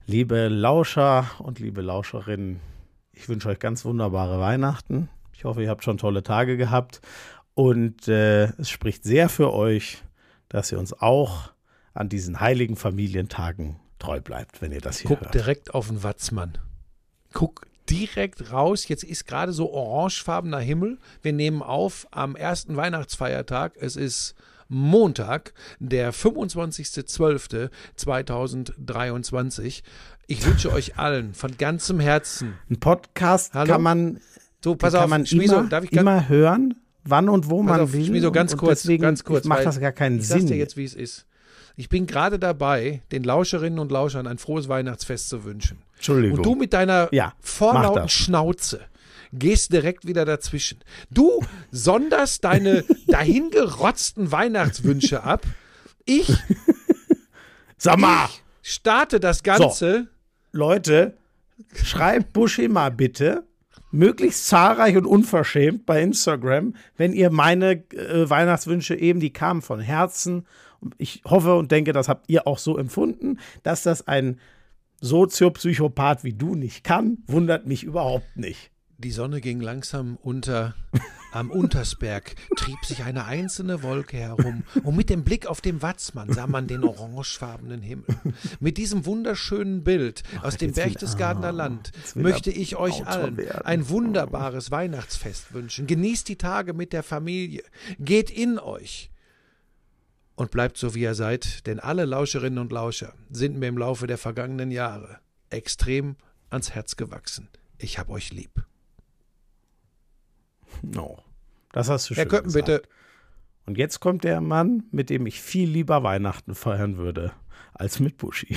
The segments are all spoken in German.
Liebe Lauscher und liebe Lauscherinnen, ich wünsche euch ganz wunderbare Weihnachten. Ich hoffe, ihr habt schon tolle Tage gehabt und es spricht sehr für euch, dass ihr uns auch an diesen heiligen Familientagen treu bleibt, wenn ihr das hier hört. Guck direkt auf den Watzmann. Guck direkt raus. Jetzt ist gerade so orangefarbener Himmel. Wir nehmen auf am ersten Weihnachtsfeiertag. Es ist Montag, der 25.12.2023. Ich wünsche euch allen von ganzem Herzen. Ein Podcast kann man, so, pass auf, Schmieso, immer hören, wann und wo man will. Schmieso, ganz kurz, macht das gar keinen Sinn. Ich sag dir jetzt, wie es ist. Ich bin gerade dabei, den Lauscherinnen und Lauschern ein frohes Weihnachtsfest zu wünschen. Entschuldigung. Und du mit deiner vorlauten Schnauze gehst direkt wieder dazwischen. Du sonderst deine dahingerotzten Weihnachtswünsche ab. Ich starte das Ganze. So, Leute, schreibt Buschi mal bitte, möglichst zahlreich und unverschämt bei Instagram, wenn ihr meine Weihnachtswünsche eben, die kamen von Herzen. Ich hoffe und denke, das habt ihr auch so empfunden, dass das ein Soziopsychopath wie du nicht kann, wundert mich überhaupt nicht. Die Sonne ging langsam unter. Am Untersberg trieb sich eine einzelne Wolke herum und mit dem Blick auf den Watzmann sah man den orangefarbenen Himmel. Mit diesem wunderschönen Bild aus dem Berchtesgadener Land möchte ich euch allen ein wunderbares Weihnachtsfest wünschen. Genießt die Tage mit der Familie, geht in euch und bleibt so, wie ihr seid, denn alle Lauscherinnen und Lauscher sind mir im Laufe der vergangenen Jahre extrem ans Herz gewachsen. Ich hab euch lieb. No, das hast du schön Herr Köppen, gesagt. bitte. Und jetzt kommt der Mann, mit dem ich viel lieber Weihnachten feiern würde, als mit Buschi.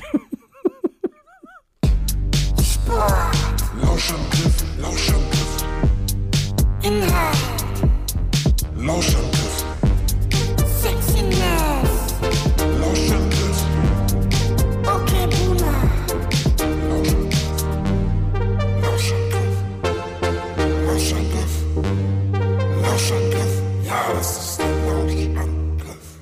Lauschangriff, Lauschangriff. Inhalt. Lauschangriff. Sexiness. Lauschangriff. Okay, Buna. Lauschangriff. Lauschangriff. Lauschangriff. Ja, das ist der Lauschangriff.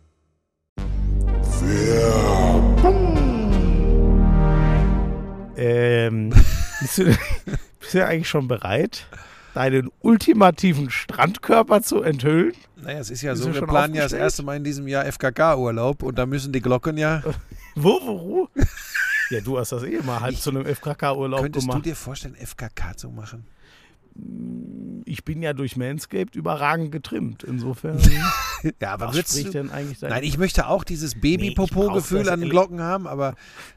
Bist du eigentlich schon bereit, deinen ultimativen Strandkörper zu enthüllen? Naja, es ist ja so, wir planen ja das erste Mal in diesem Jahr FKK-Urlaub und da müssen die Glocken ja... Wo? Ja, du hast das mal halb zu einem FKK-Urlaub gemacht. Könntest du dir vorstellen, FKK zu machen? Ich bin ja durch Manscaped überragend getrimmt, insofern. Ja, aber was spricht denn eigentlich dagegen? Nein, ich möchte auch dieses Baby-Popo-Gefühl an den Glocken haben, aber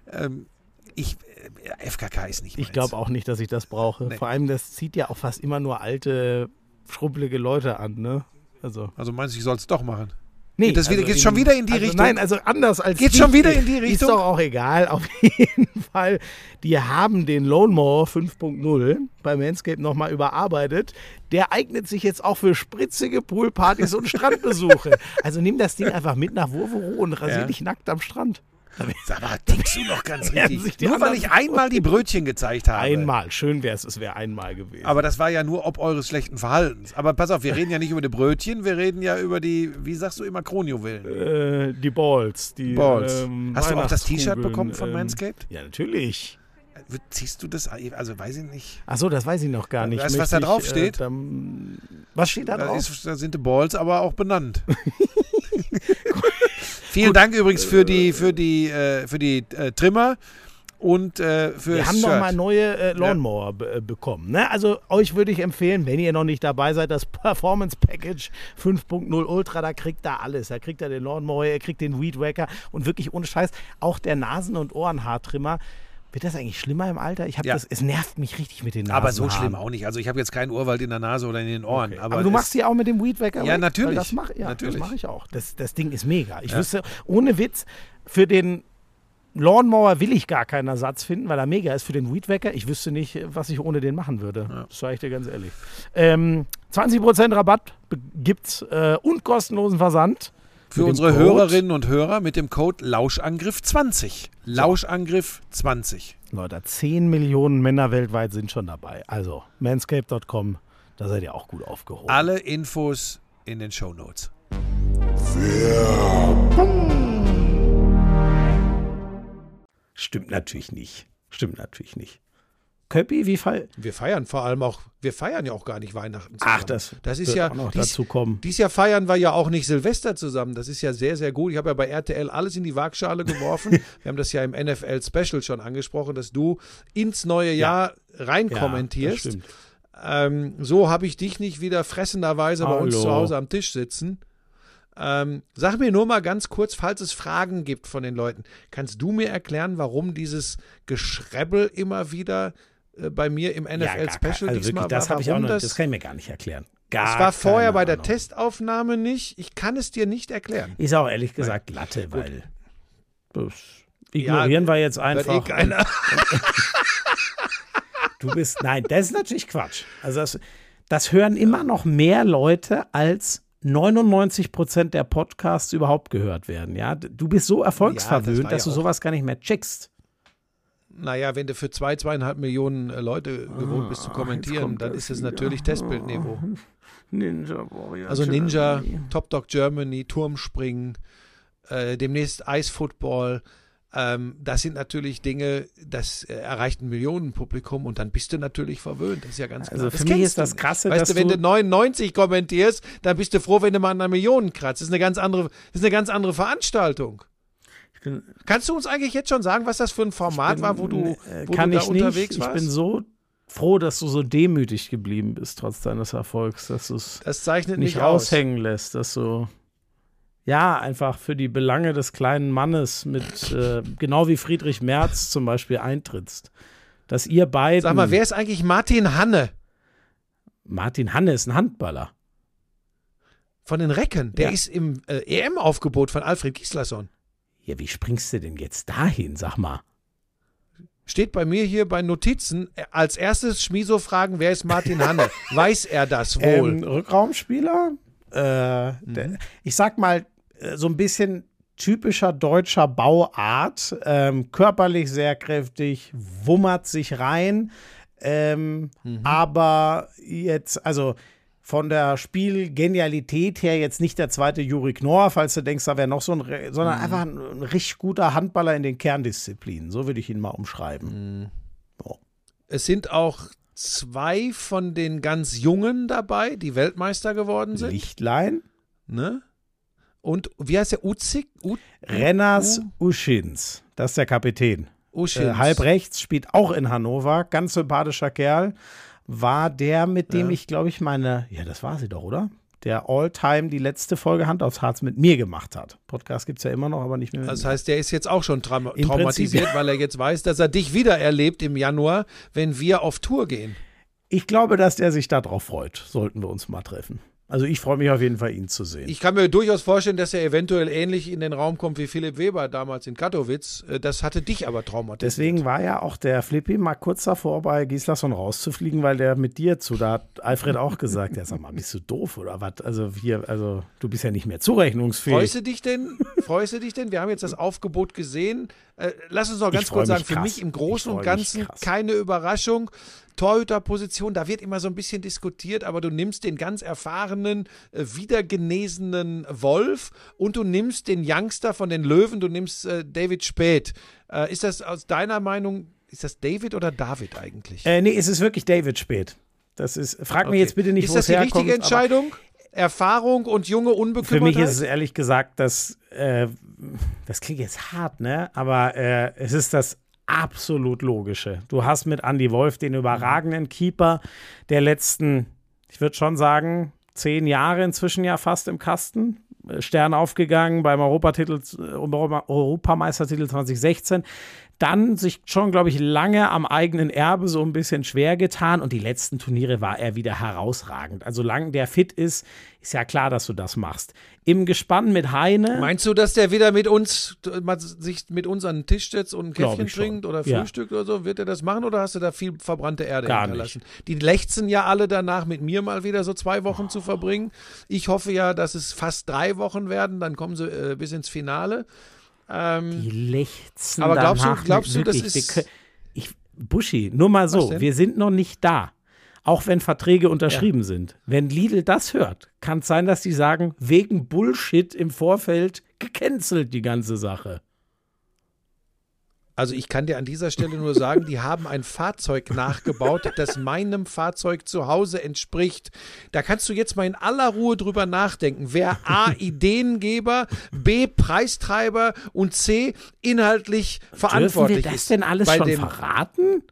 FKK ist nicht meins. Ich glaube auch nicht, dass ich das brauche. Nee. Vor allem, das zieht ja auch fast immer nur alte, schrumpelige Leute an, ne? Also meinst du, ich soll es doch machen? Nee, geht es schon wieder in die Richtung? Nein, also anders als geht schon wieder in die Richtung? Ist doch auch egal, auf jeden Fall. Die haben den Lawnmower 5.0 bei Manscaped nochmal überarbeitet. Der eignet sich jetzt auch für spritzige Poolpartys und Strandbesuche. Also nimm das Ding einfach mit nach Wurvero und rasier dich nackt am Strand. Sag mal, tickst du noch ganz richtig? Nur weil ich einmal die Brötchen gezeigt habe. Einmal, schön wäre es wäre einmal gewesen. Aber das war ja nur ob eures schlechten Verhaltens. Aber pass auf, wir reden ja nicht über die Brötchen, wir reden ja über die, wie sagst du immer, Kronjuwelen. Die Balls. Hast du auch das T-Shirt bekommen von Manscaped? Ja, natürlich. Ziehst du das, also weiß ich nicht. Ach so, das weiß ich noch gar nicht. Weißt du, was da drauf steht? Was steht da drauf? Da sind die Balls aber auch benannt. Vielen Dank übrigens für die Trimmer und für wir haben nochmal neue Lawnmower bekommen. Ne? Also euch würde ich empfehlen, wenn ihr noch nicht dabei seid, das Performance Package 5.0 Ultra, da kriegt ihr alles. Da kriegt ihr den Lawnmower, ihr kriegt den Weed Wacker und wirklich ohne Scheiß auch der Nasen- und Ohrenhaartrimmer. Wird das eigentlich schlimmer im Alter? Es nervt mich richtig mit den Nasenhaaren. Aber so schlimm auch nicht. Also ich habe jetzt keinen Urwald in der Nase oder in den Ohren. Okay. Aber du machst die auch mit dem Weed Wacker? Ja, natürlich. Das mache ich auch. Das Ding ist mega. Ich wüsste, ohne Witz, für den Lawnmower will ich gar keinen Ersatz finden, weil er mega ist. Für den Weed Wacker, ich wüsste nicht, was ich ohne den machen würde. Ja. Das sage ich dir ganz ehrlich. 20% Rabatt gibt's und kostenlosen Versand. Für unsere Hörerinnen und Hörer mit dem Code Lauschangriff20. Lauschangriff20. Leute, 10 Millionen Männer weltweit sind schon dabei. Also manscaped.com, da seid ihr auch gut aufgehoben. Alle Infos in den Shownotes. Stimmt natürlich nicht. Köppi, Wir feiern ja auch gar nicht Weihnachten zusammen. Ach, das ist wird ja auch noch dazu kommen. Dieses Jahr feiern wir ja auch nicht Silvester zusammen. Das ist ja sehr, sehr gut. Ich habe ja bei RTL alles in die Waagschale geworfen. Wir haben das ja im NFL-Special schon angesprochen, dass du ins neue Jahr rein kommentierst. Ja, das stimmt. So habe ich dich nicht wieder fressenderweise bei uns zu Hause am Tisch sitzen. Sag mir nur mal ganz kurz, falls es Fragen gibt von den Leuten, kannst du mir erklären, warum dieses Geschrebbel immer wieder bei mir im NFL-Special also diesmal wirklich, das war? habe ich auch noch, das kann ich mir gar nicht erklären. Das war vorher bei der Testaufnahme nicht. Ich kann es dir nicht erklären. Ist auch ehrlich gesagt Latte, weil das ignorieren wir jetzt einfach. Keiner. Nein, das ist natürlich Quatsch. Also das hören immer noch mehr Leute, als 99% der Podcasts überhaupt gehört werden. Ja? Du bist so erfolgsverwöhnt, dass du sowas gar nicht mehr checkst. Naja, wenn du für 2,5 Millionen Leute gewohnt bist zu kommentieren, dann ist es natürlich Testbildniveau. Ninja Warrior. Also Ninja, Top Dog Germany, Turmspringen, demnächst Eisfootball. Das sind natürlich Dinge, das erreicht ein Millionenpublikum und dann bist du natürlich verwöhnt. Das ist ja ganz klar. Also für mich ist das Krasse, weißt du, wenn du 99 kommentierst, dann bist du froh, wenn du mal an einer Million kratzt. Das ist eine ganz andere Veranstaltung. Kannst du uns eigentlich jetzt schon sagen, was das für ein Format war, wo du da unterwegs warst? Ich bin so froh, dass du so demütig geblieben bist, trotz deines Erfolgs, dass du es nicht raushängen lässt, dass du einfach für die Belange des kleinen Mannes mit, genau wie Friedrich Merz zum Beispiel, eintrittst. Dass ihr beiden. Sag mal, wer ist eigentlich Martin Hanne? Martin Hanne ist ein Handballer. Von den Recken. Der ist im EM-Aufgebot von Alfred Gislason. Ja, wie springst du denn jetzt dahin, sag mal? Steht bei mir hier bei Notizen, als erstes Schmiso fragen, wer ist Martin Hanne? Weiß er das wohl? Rückraumspieler? Ich sag mal, so ein bisschen typischer deutscher Bauart, körperlich sehr kräftig, wummert sich rein, aber jetzt, also von der Spielgenialität her jetzt nicht der zweite Juri Knorr, falls du denkst, da wäre noch sondern einfach ein richtig guter Handballer in den Kerndisziplinen. So würde ich ihn mal umschreiben. Oh. Es sind auch 2 von den ganz Jungen dabei, die Weltmeister geworden sind. Lichtlein. Ne? Und wie heißt der? Renners Uschins. Das ist der Kapitän. Uschins. Halb rechts, spielt auch in Hannover. Ganz sympathischer Kerl. War der, mit dem ich, glaube ich, das war sie doch, oder? Der All-Time die letzte Folge Hand aufs Harz mit mir gemacht hat. Podcast gibt es ja immer noch, aber nicht mehr mit mir. Das heißt, der ist jetzt auch schon traumatisiert, weil er jetzt weiß, dass er dich wieder erlebt im Januar, wenn wir auf Tour gehen. Ich glaube, dass der sich darauf freut, sollten wir uns mal treffen. Also ich freue mich auf jeden Fall, ihn zu sehen. Ich kann mir durchaus vorstellen, dass er eventuell ähnlich in den Raum kommt wie Philipp Weber damals in Katowice. Das hatte dich aber traumatisiert. Deswegen war ja auch der Flippi mal kurz davor, bei Gislason rauszufliegen, weil der mit dir da hat Alfred auch gesagt, ja, sag mal, bist du doof oder was? Also du bist ja nicht mehr zurechnungsfähig. Freust du dich denn? Wir haben jetzt das Aufgebot gesehen. Lass uns noch ganz kurz sagen, für mich im Großen und Ganzen keine Überraschung. Torhüterposition, da wird immer so ein bisschen diskutiert, aber du nimmst den ganz erfahrenen, wiedergenesenen Wolf und du nimmst den Youngster von den Löwen, du nimmst David Späth. Ist das aus deiner Meinung, ist das David oder David eigentlich? Nee, es ist wirklich David Späth. Frag mich jetzt bitte nicht, wo es herkommt. Ist das die richtige Entscheidung? Erfahrung und junge Unbekümmertheit? Für mich ist es ehrlich gesagt, das klingt jetzt hart, ne? Aber es ist das absolut Logische. Du hast mit Andy Wolf den überragenden Keeper der letzten, ich würde schon sagen, 10 Jahre inzwischen ja fast im Kasten. Stern aufgegangen beim Europameistertitel 2016. Dann sich schon, glaube ich, lange am eigenen Erbe so ein bisschen schwer getan und die letzten Turniere war er wieder herausragend. Also solange der fit ist, ist ja klar, dass du das machst. Im Gespann mit Heine. Meinst du, dass der wieder sich mit uns an den Tisch setzt und ein Käffchen trinkt oder frühstückt oder so? Wird er das machen oder hast du da viel verbrannte Erde hinterlassen? Die lechzen ja alle danach, mit mir mal wieder so 2 Wochen zu verbringen. Ich hoffe ja, dass es fast 3 Wochen werden, dann kommen sie bis ins Finale. Die lechzen aber danach. Glaubst du, das ist... Buschi, nur mal so, wir sind noch nicht da. Auch wenn Verträge unterschrieben sind. Wenn Lidl das hört, kann es sein, dass die sagen, wegen Bullshit im Vorfeld gecancelt die ganze Sache. Also ich kann dir an dieser Stelle nur sagen, die haben ein Fahrzeug nachgebaut, das meinem Fahrzeug zu Hause entspricht. Da kannst du jetzt mal in aller Ruhe drüber nachdenken, wer A, Ideengeber, B, Preistreiber und C, inhaltlich verantwortlich ist. Dürfen wir das denn alles schon verraten?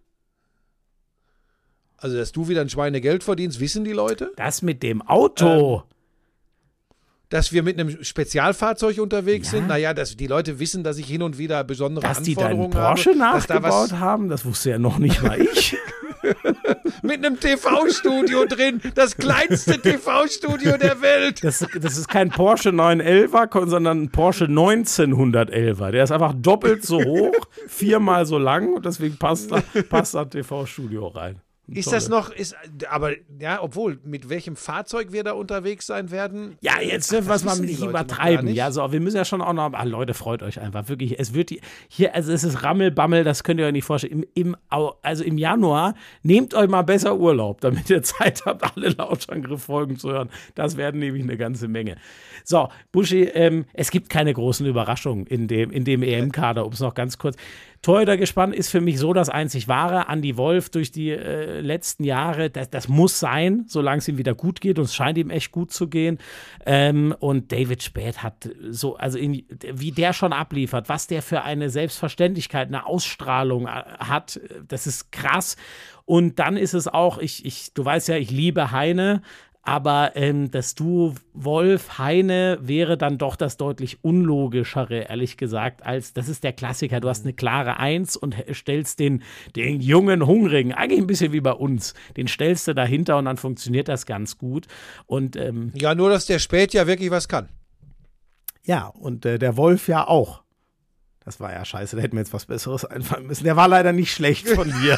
Also, dass du wieder ein Schweinegeld verdienst, wissen die Leute? Das mit dem Auto. Dass wir mit einem Spezialfahrzeug unterwegs sind. Naja, dass die Leute wissen, dass ich hin und wieder besondere Anforderungen habe. Dass die deinen Porsche nachgebaut haben, das wusste ja noch nicht mal ich. Mit einem TV-Studio drin. Das kleinste TV-Studio der Welt. Das ist kein Porsche 911er, sondern ein Porsche 1911er. Der ist einfach doppelt so hoch, 4-mal so lang und deswegen passt da TV-Studio rein. Ist das noch, aber ja, obwohl, mit welchem Fahrzeug wir da unterwegs sein werden? Ja, jetzt dürfen wir es mal nicht übertreiben. Ja, so, wir müssen ja schon auch noch, Leute, freut euch einfach, wirklich. Es wird hier, also es ist Rammelbammel, das könnt ihr euch nicht vorstellen. Also im Januar, nehmt euch mal besser Urlaub, damit ihr Zeit habt, alle Lauschangriff-Folgen zu hören. Das werden nämlich eine ganze Menge. So, Buschi, es gibt keine großen Überraschungen in dem EM-Kader, um es noch ganz kurz. Torhütergespann ist für mich so das einzig Wahre. Andi Wolf durch die letzten Jahre, das muss sein, solange es ihm wieder gut geht. Und es scheint ihm echt gut zu gehen. Und David Späth hat so, also wie der schon abliefert, was der für eine Selbstverständlichkeit, eine Ausstrahlung hat, das ist krass. Und dann ist es auch, du weißt ja, ich liebe Heine. Aber das Duo Wolf-Heine wäre dann doch das deutlich unlogischere, ehrlich gesagt, als das ist der Klassiker. Du hast eine klare Eins und stellst den jungen Hungrigen, eigentlich ein bisschen wie bei uns, den stellst du dahinter und dann funktioniert das ganz gut. Und, ja, nur, dass der Späth ja wirklich was kann. Ja, und der Wolf ja auch. Das war ja scheiße, da hätten wir jetzt was Besseres einfallen müssen. Der war leider nicht schlecht von dir.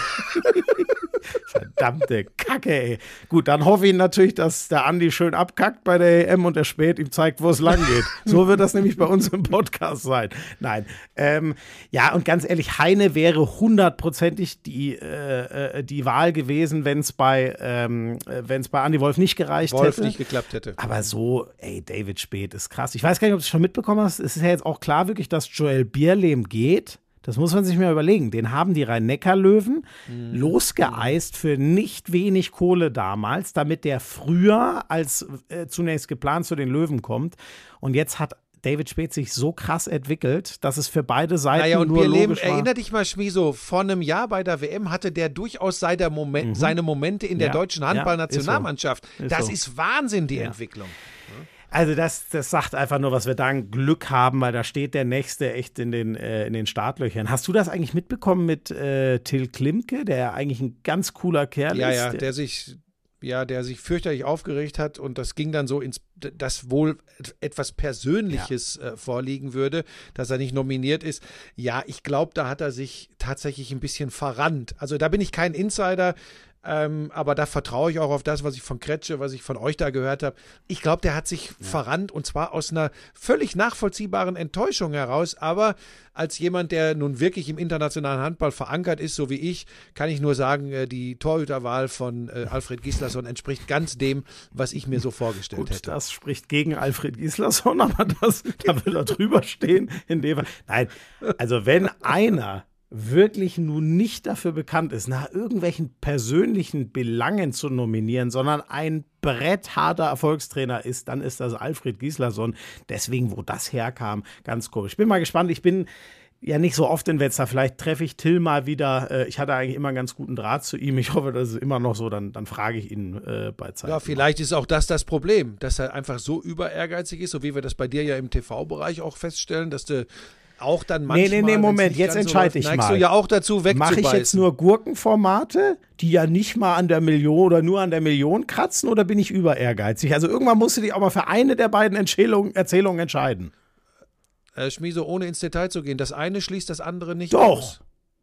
Verdammte Kacke, ey. Gut, dann hoffe ich natürlich, dass der Andi schön abkackt bei der EM und der Späth ihm zeigt, wo es lang geht. So wird das nämlich bei uns im Podcast sein. Nein. Ja, und ganz ehrlich, Heine wäre hundertprozentig die Wahl gewesen, wenn es bei Andi Wolf nicht gereicht hätte. Wolf nicht geklappt hätte. Aber so, ey, David Späth ist krass. Ich weiß gar nicht, ob du es schon mitbekommen hast. Es ist ja jetzt auch klar wirklich, dass Joel Bierlehm geht. Das muss man sich mal überlegen. Den haben die Rhein-Neckar-Löwen losgeeist für nicht wenig Kohle damals, damit der früher als zunächst geplant zu den Löwen kommt. Und jetzt hat David Späth sich so krass entwickelt, dass es für beide Seiten und nur logisch war. Erinner dich mal, Schmieso, vor einem Jahr bei der WM hatte der durchaus seine Momente in der deutschen Handballnationalmannschaft. Das ist Wahnsinn, die Entwicklung. Also das sagt einfach nur, was wir da ein Glück haben, weil da steht der Nächste echt in den Startlöchern. Hast du das eigentlich mitbekommen mit Till Klimke, der eigentlich ein ganz cooler Kerl ist? Der sich fürchterlich aufgeregt hat und das ging dann so dass wohl etwas Persönliches vorliegen würde, dass er nicht nominiert ist. Ja, ich glaube, da hat er sich tatsächlich ein bisschen verrannt. Also da bin ich kein Insider, aber da vertraue ich auch auf das, was ich von Kretsche, was ich von euch da gehört habe. Ich glaube, der hat sich verrannt und zwar aus einer völlig nachvollziehbaren Enttäuschung heraus. Aber als jemand, der nun wirklich im internationalen Handball verankert ist, so wie ich, kann ich nur sagen, die Torhüterwahl von Alfred Gislason entspricht ganz dem, was ich mir so vorgestellt hätte. Das spricht gegen Alfred Gislason, aber da will er drüber stehen. Nein, also wenn einer wirklich nun nicht dafür bekannt ist, nach irgendwelchen persönlichen Belangen zu nominieren, sondern ein brettharter Erfolgstrainer ist, dann ist das Alfred Gislason. Deswegen, wo das herkam, ganz komisch. Ich bin mal gespannt. Ich bin ja nicht so oft in Wetzlar. Vielleicht treffe ich Till mal wieder. Ich hatte eigentlich immer einen ganz guten Draht zu ihm. Ich hoffe, das ist immer noch so. Dann frage ich ihn bei Zeit. Ja, vielleicht ist auch das Problem, dass er einfach so über ehrgeizig ist, so wie wir das bei dir ja im TV-Bereich auch feststellen, dass du auch dann manchmal. Nee, Moment, jetzt entscheide ich mal. Neigst du ja auch dazu, wegzubeißen. Mache ich jetzt nur Gurkenformate, die ja nicht mal an der Million oder nur an der Million kratzen, oder bin ich über ehrgeizig? Also irgendwann musst du dich auch mal für eine der beiden Erzählungen entscheiden. Schmieso, ohne ins Detail zu gehen, das eine schließt das andere nicht aus.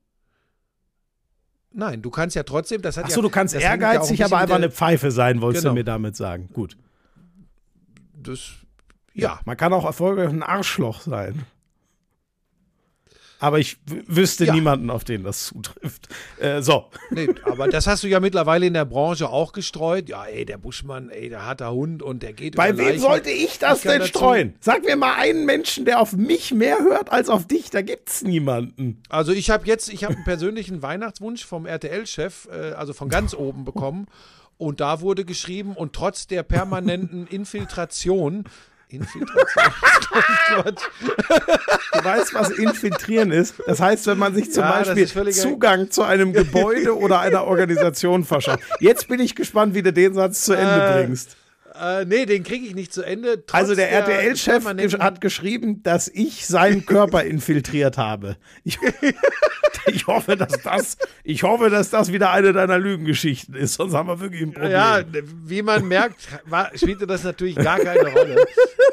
Nein, du kannst ja trotzdem, das hat Achso, du kannst ehrgeizig, ja aber einfach eine Pfeife sein, wolltest du mir damit sagen. Gut. Ja. Man kann auch erfolgreich ein Arschloch sein. Aber ich wüsste Ja. niemanden, auf den das zutrifft. So. Nee, aber das hast du ja mittlerweile in der Branche auch gestreut. Ja, ey, der Buschmann, ey, der harter Hund und der geht Bei über wem Leichen. sollte ich das Ich kann denn dazu- streuen? Sag mir mal einen Menschen, der auf mich mehr hört als auf dich. Da gibt's niemanden. Also ich habe einen persönlichen Weihnachtswunsch vom RTL-Chef, also von ganz oben bekommen. Und da wurde geschrieben, und trotz der permanenten Infiltration, oh Gott. Du weißt, was infiltrieren ist? Das heißt, wenn man sich zum Ja, das Beispiel ist völliger- Zugang zu einem Gebäude oder einer Organisation verschafft. Jetzt bin ich gespannt, wie du den Satz zu Ende bringst. Nee, den kriege ich nicht zu Ende. Trotz Also der RTL-Chef permanenten- hat geschrieben, dass ich seinen Körper infiltriert habe. Ich hoffe, dass das wieder eine deiner Lügengeschichten ist, sonst haben wir wirklich ein Problem. Ja, wie man merkt, spielte das natürlich gar keine Rolle.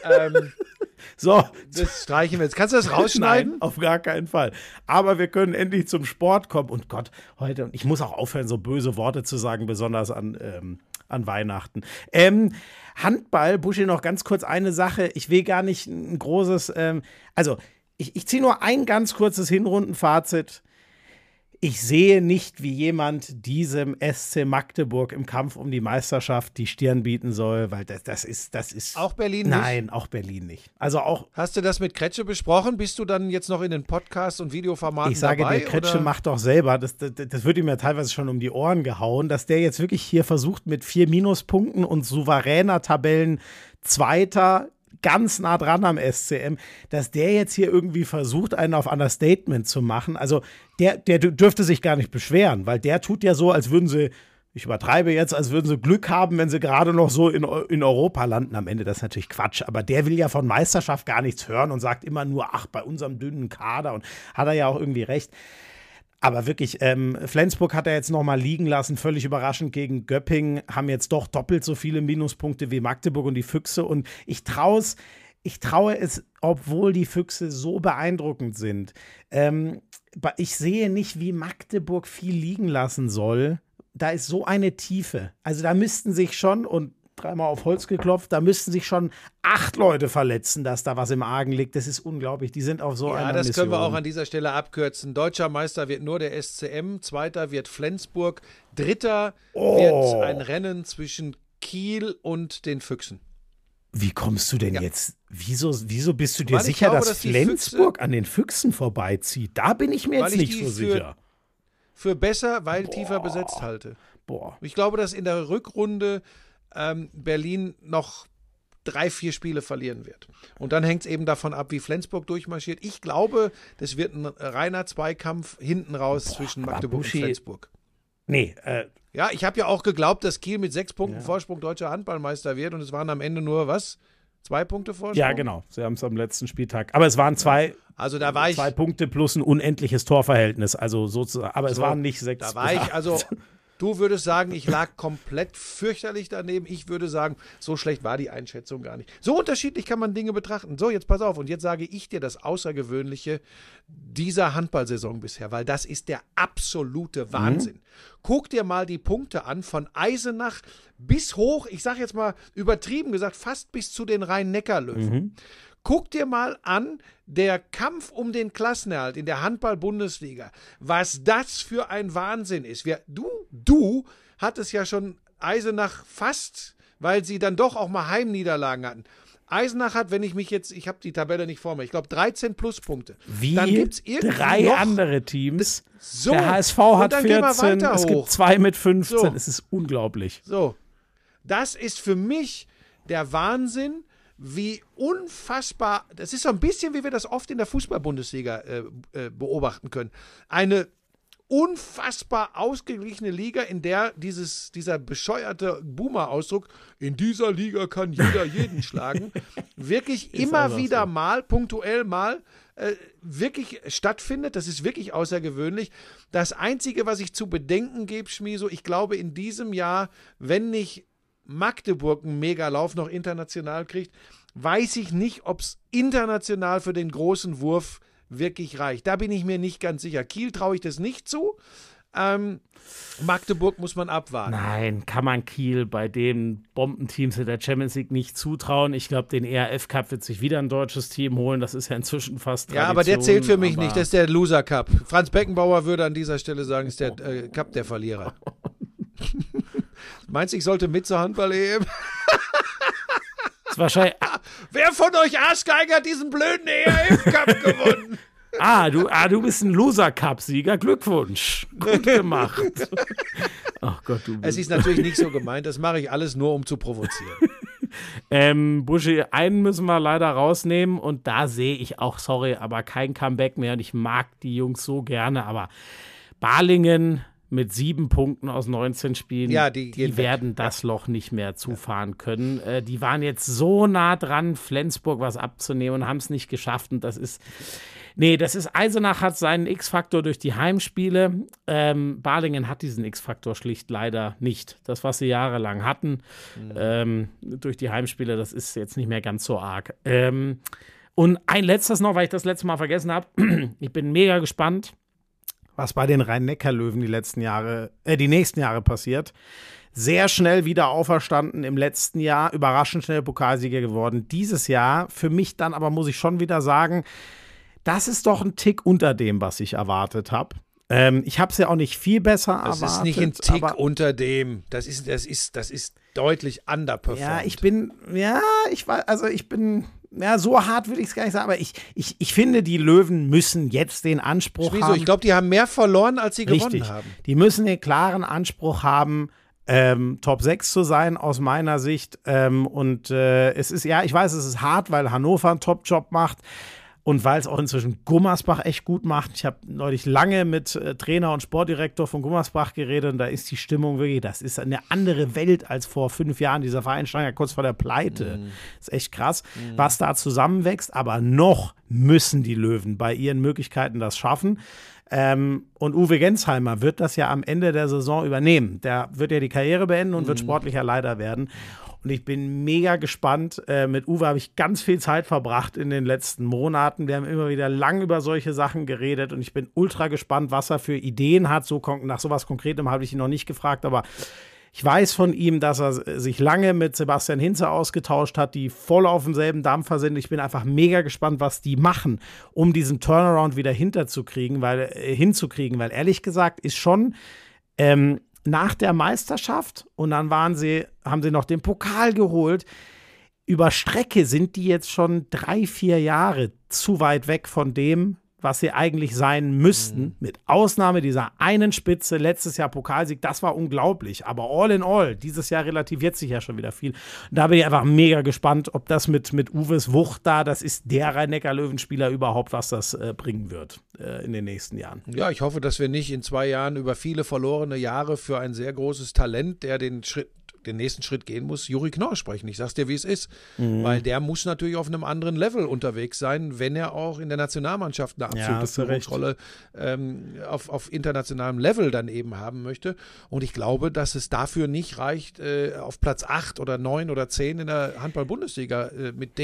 So, Das streichen wir jetzt. Kannst du das rausschneiden? nein, auf gar keinen Fall. Aber wir können endlich zum Sport kommen. Und Gott, heute, und ich muss auch aufhören, so böse Worte zu sagen, besonders an Weihnachten. Handball, Buschi, noch ganz kurz eine Sache. Ich will gar nicht ein großes, ich ziehe nur ein ganz kurzes Hinrundenfazit. Ich sehe nicht, wie jemand diesem SC Magdeburg im Kampf um die Meisterschaft die Stirn bieten soll, weil das ist. Auch Berlin nicht? Nein, auch Berlin nicht. Also auch. Hast du das mit Kretsche besprochen? Bist du dann jetzt noch in den Podcasts und Videoformaten Ich sage dabei? dir, Kretsche oder? macht doch selber, das wird ihm ja teilweise schon um die Ohren gehauen, dass der jetzt wirklich hier versucht mit 4 Minuspunkten und souveräner Tabellenzweiter, ganz nah dran am SCM, dass der jetzt hier irgendwie versucht, einen auf Understatement zu machen. Also der dürfte sich gar nicht beschweren, weil der tut ja so, als würden sie, ich übertreibe jetzt, als würden sie Glück haben, wenn sie gerade noch so in Europa landen. Am Ende, das ist natürlich Quatsch, aber der will ja von Meisterschaft gar nichts hören und sagt immer nur, ach, bei unserem dünnen Kader, und hat er ja auch irgendwie recht. Aber wirklich, Flensburg hat er jetzt noch mal liegen lassen, völlig überraschend gegen Göppingen, haben jetzt doch doppelt so viele Minuspunkte wie Magdeburg und die Füchse. Und ich traue es, obwohl die Füchse so beeindruckend sind. Ich sehe nicht, wie Magdeburg viel liegen lassen soll. Da ist so eine Tiefe. Also da müssten sich schon, und dreimal auf Holz geklopft, da müssten sich schon 8 Leute verletzen, dass da was im Argen liegt. Das ist unglaublich. Die sind auf so einer Ja, das Mission. können wir auch an dieser Stelle abkürzen. Deutscher Meister wird nur der SCM, Zweiter wird Flensburg, Dritter wird ein Rennen zwischen Kiel und den Füchsen. Wie kommst du denn jetzt? Wieso bist du dir Weil ich sicher, glaube, dass dass die Flensburg an den Füchsen vorbeizieht? Da bin ich mir Weil jetzt ich nicht die so sicher. Für besser, weil tiefer besetzt halte. Boah. Ich glaube, dass in der Rückrunde Berlin noch 3-4 Spiele verlieren wird. Und dann hängt es eben davon ab, wie Flensburg durchmarschiert. Ich glaube, das wird ein reiner Zweikampf hinten raus zwischen Magdeburg Buschi- und Flensburg. Nee, Ja, ich habe ja auch geglaubt, dass Kiel mit 6 Punkten Vorsprung deutscher Handballmeister wird. Und es waren am Ende nur, was? 2 Punkte Vorsprung? ja, genau. Sie haben es am letzten Spieltag. Aber es waren 2 Also da war ich, Punkte plus ein unendliches Torverhältnis. Also sozusagen. Aber es So, waren nicht 6. da war ich, also du würdest sagen, ich lag komplett fürchterlich daneben. Ich würde sagen, so schlecht war die Einschätzung gar nicht. So unterschiedlich kann man Dinge betrachten. So, jetzt pass auf. Und jetzt sage ich dir das Außergewöhnliche dieser Handballsaison bisher, weil das ist der absolute Wahnsinn. Guck dir mal die Punkte an von Eisenach bis hoch, ich sage jetzt mal übertrieben gesagt, fast bis zu den Rhein-Neckar-Löwen. Guck dir mal an, der Kampf um den Klassenerhalt in der Handball-Bundesliga, was das für ein Wahnsinn ist. Du hattest ja schon Eisenach fast, weil sie dann doch auch mal Heimniederlagen hatten. Eisenach hat, ich habe die Tabelle nicht vor mir, ich glaube 13 Pluspunkte. Wie Dann gibt's irgendwie 3 noch, andere Teams. So, Der HSV und hat dann gehen wir 14, weiter es hoch. gibt 2 mit 15. So. Es ist unglaublich. So, das ist für mich der Wahnsinn, wie unfassbar, das ist so ein bisschen, wie wir das oft in der Fußball-Bundesliga beobachten können. Eine unfassbar ausgeglichene Liga, in der dieser bescheuerte Boomer-Ausdruck, in dieser Liga kann jeder jeden schlagen, wirklich immer einfach wieder so. mal, punktuell mal, wirklich stattfindet. Das ist wirklich außergewöhnlich. Das Einzige, was ich zu bedenken gebe, Schmieso, ich glaube in diesem Jahr, wenn nicht Magdeburg einen Megalauf noch international kriegt, weiß ich nicht, ob es international für den großen Wurf wirklich reicht. Da bin ich mir nicht ganz sicher. Kiel traue ich das nicht zu, Magdeburg muss man abwarten. Nein, kann man Kiel bei den Bombenteams in der Champions League nicht zutrauen. Ich glaube, den ERF Cup wird sich wieder ein deutsches Team holen. Das ist ja inzwischen fast Tradition. Ja, aber der zählt für mich nicht. Das ist der Loser Cup. Franz Beckenbauer würde an dieser Stelle sagen, ist der Cup der Verlierer. Meinst du, ich sollte mit zur Handball-EM? Das ist wahrscheinlich. Wer von euch Arschgeiger hat diesen blöden ERF Cup gewonnen? Du bist ein Loser-Cup-Sieger. Glückwunsch. Gut gemacht. Ach Gott, du. Es ist natürlich nicht so gemeint. Das mache ich alles nur, um zu provozieren. Buschi, einen müssen wir leider rausnehmen. Und da sehe ich auch, sorry, aber kein Comeback mehr. Und ich mag die Jungs so gerne. Aber Balingen mit 7 Punkten aus 19 Spielen, ja, die werden das Loch nicht mehr zufahren können. Die waren jetzt so nah dran, Flensburg was abzunehmen und haben es nicht geschafft. Und das ist Eisenach hat seinen X-Faktor durch die Heimspiele. Balingen hat diesen X-Faktor schlicht leider nicht. Das, was sie jahrelang hatten, durch die Heimspiele, das ist jetzt nicht mehr ganz so arg. Und ein letztes noch, weil ich das letzte Mal vergessen habe. Ich bin mega gespannt, was bei den Rhein-Neckar-Löwen die nächsten Jahre passiert. Sehr schnell wieder auferstanden im letzten Jahr, überraschend schnell Pokalsieger geworden. Dieses Jahr, für mich dann aber muss ich schon wieder sagen, das ist doch ein Tick unter dem, was ich erwartet habe. Ich habe es ja auch nicht viel besser erwartet. Das ist nicht ein Tick unter dem. Das ist deutlich underperformed. So hart würde ich es gar nicht sagen, aber ich finde, die Löwen müssen jetzt den Anspruch haben. Ich glaube, die haben mehr verloren, als sie gewonnen haben. Die müssen den klaren Anspruch haben, Top 6 zu sein, aus meiner Sicht. Es ist, ich weiß, es ist hart, weil Hannover einen Top-Job macht. Und weil es auch inzwischen Gummersbach echt gut macht. Ich habe neulich lange mit Trainer und Sportdirektor von Gummersbach geredet und da ist die Stimmung wirklich, das ist eine andere Welt als vor 5 Jahren. Dieser Verein stand ja kurz vor der Pleite. Das ist echt krass, was da zusammenwächst. Aber noch müssen die Löwen bei ihren Möglichkeiten das schaffen. Und Uwe Gensheimer wird das ja am Ende der Saison übernehmen. Der wird ja die Karriere beenden und wird sportlicher Leiter werden. Und ich bin mega gespannt. Mit Uwe habe ich ganz viel Zeit verbracht in den letzten Monaten. Wir haben immer wieder lang über solche Sachen geredet und ich bin ultra gespannt, was er für Ideen hat. Nach sowas Konkretem habe ich ihn noch nicht gefragt, aber ich weiß von ihm, dass er sich lange mit Sebastian Hinze ausgetauscht hat, die voll auf demselben Dampfer sind. Ich bin einfach mega gespannt, was die machen, um diesen Turnaround wieder hinzukriegen, weil ehrlich gesagt ist schon nach der Meisterschaft und dann haben sie noch den Pokal geholt. Über Strecke sind die jetzt schon 3-4 Jahre zu weit weg von dem, was sie eigentlich sein müssten. Mit Ausnahme dieser einen Spitze, letztes Jahr Pokalsieg, das war unglaublich. Aber all in all, dieses Jahr relativiert sich ja schon wieder viel. Und da bin ich einfach mega gespannt, ob das mit Uwes Wucht das ist der Rhein-Neckar-Löwen-Spieler überhaupt, was das bringen wird in den nächsten Jahren. Ja, ich hoffe, dass wir nicht in 2 Jahren über viele verlorene Jahre für ein sehr großes Talent, der den nächsten Schritt gehen muss, Juri Knorr sprechen. Ich sag's dir, wie es ist. Weil der muss natürlich auf einem anderen Level unterwegs sein, wenn er auch in der Nationalmannschaft eine absolute Führungsrolle auf internationalem Level dann eben haben möchte. Und ich glaube, dass es dafür nicht reicht, auf Platz 8 oder 9 oder 10 in der Handball-Bundesliga mit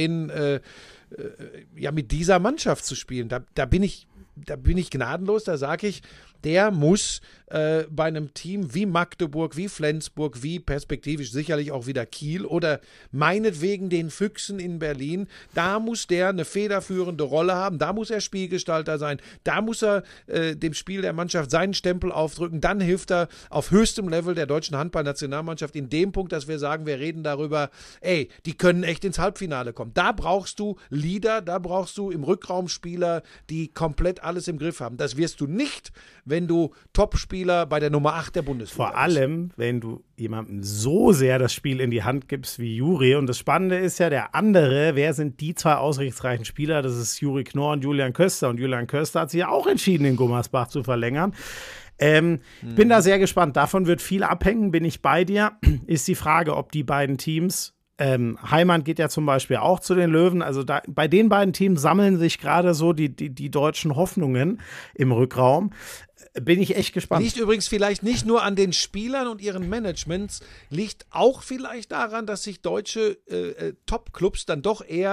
dieser Mannschaft zu spielen. Da bin ich gnadenlos, da sage ich, der muss bei einem Team wie Magdeburg, wie Flensburg, wie perspektivisch sicherlich auch wieder Kiel oder meinetwegen den Füchsen in Berlin, da muss der eine federführende Rolle haben, da muss er Spielgestalter sein, da muss er dem Spiel der Mannschaft seinen Stempel aufdrücken, dann hilft er auf höchstem Level der deutschen Handballnationalmannschaft in dem Punkt, dass wir sagen, wir reden darüber, die können echt ins Halbfinale kommen. Da brauchst du Leader, da brauchst du im Rückraum Spieler, die komplett alles im Griff haben. Das wirst du nicht, wenn du Topspieler bei der Nummer 8 der Bundesliga Vor allem, wenn du jemandem so sehr das Spiel in die Hand gibst wie Juri. Und das Spannende ist ja, wer sind die 2 ausrichtsreichen Spieler? Das ist Juri Knorr und Julian Köster. Und Julian Köster hat sich ja auch entschieden, in Gummersbach zu verlängern. Ich bin da sehr gespannt. Davon wird viel abhängen, bin ich bei dir. Ist die Frage, ob die beiden Teams Heimann geht ja zum Beispiel auch zu den Löwen. Also bei den beiden Teams sammeln sich gerade so die deutschen Hoffnungen im Rückraum. Bin ich echt gespannt. Liegt übrigens vielleicht nicht nur an den Spielern und ihren Managements, liegt auch vielleicht daran, dass sich deutsche Top-Clubs dann doch eher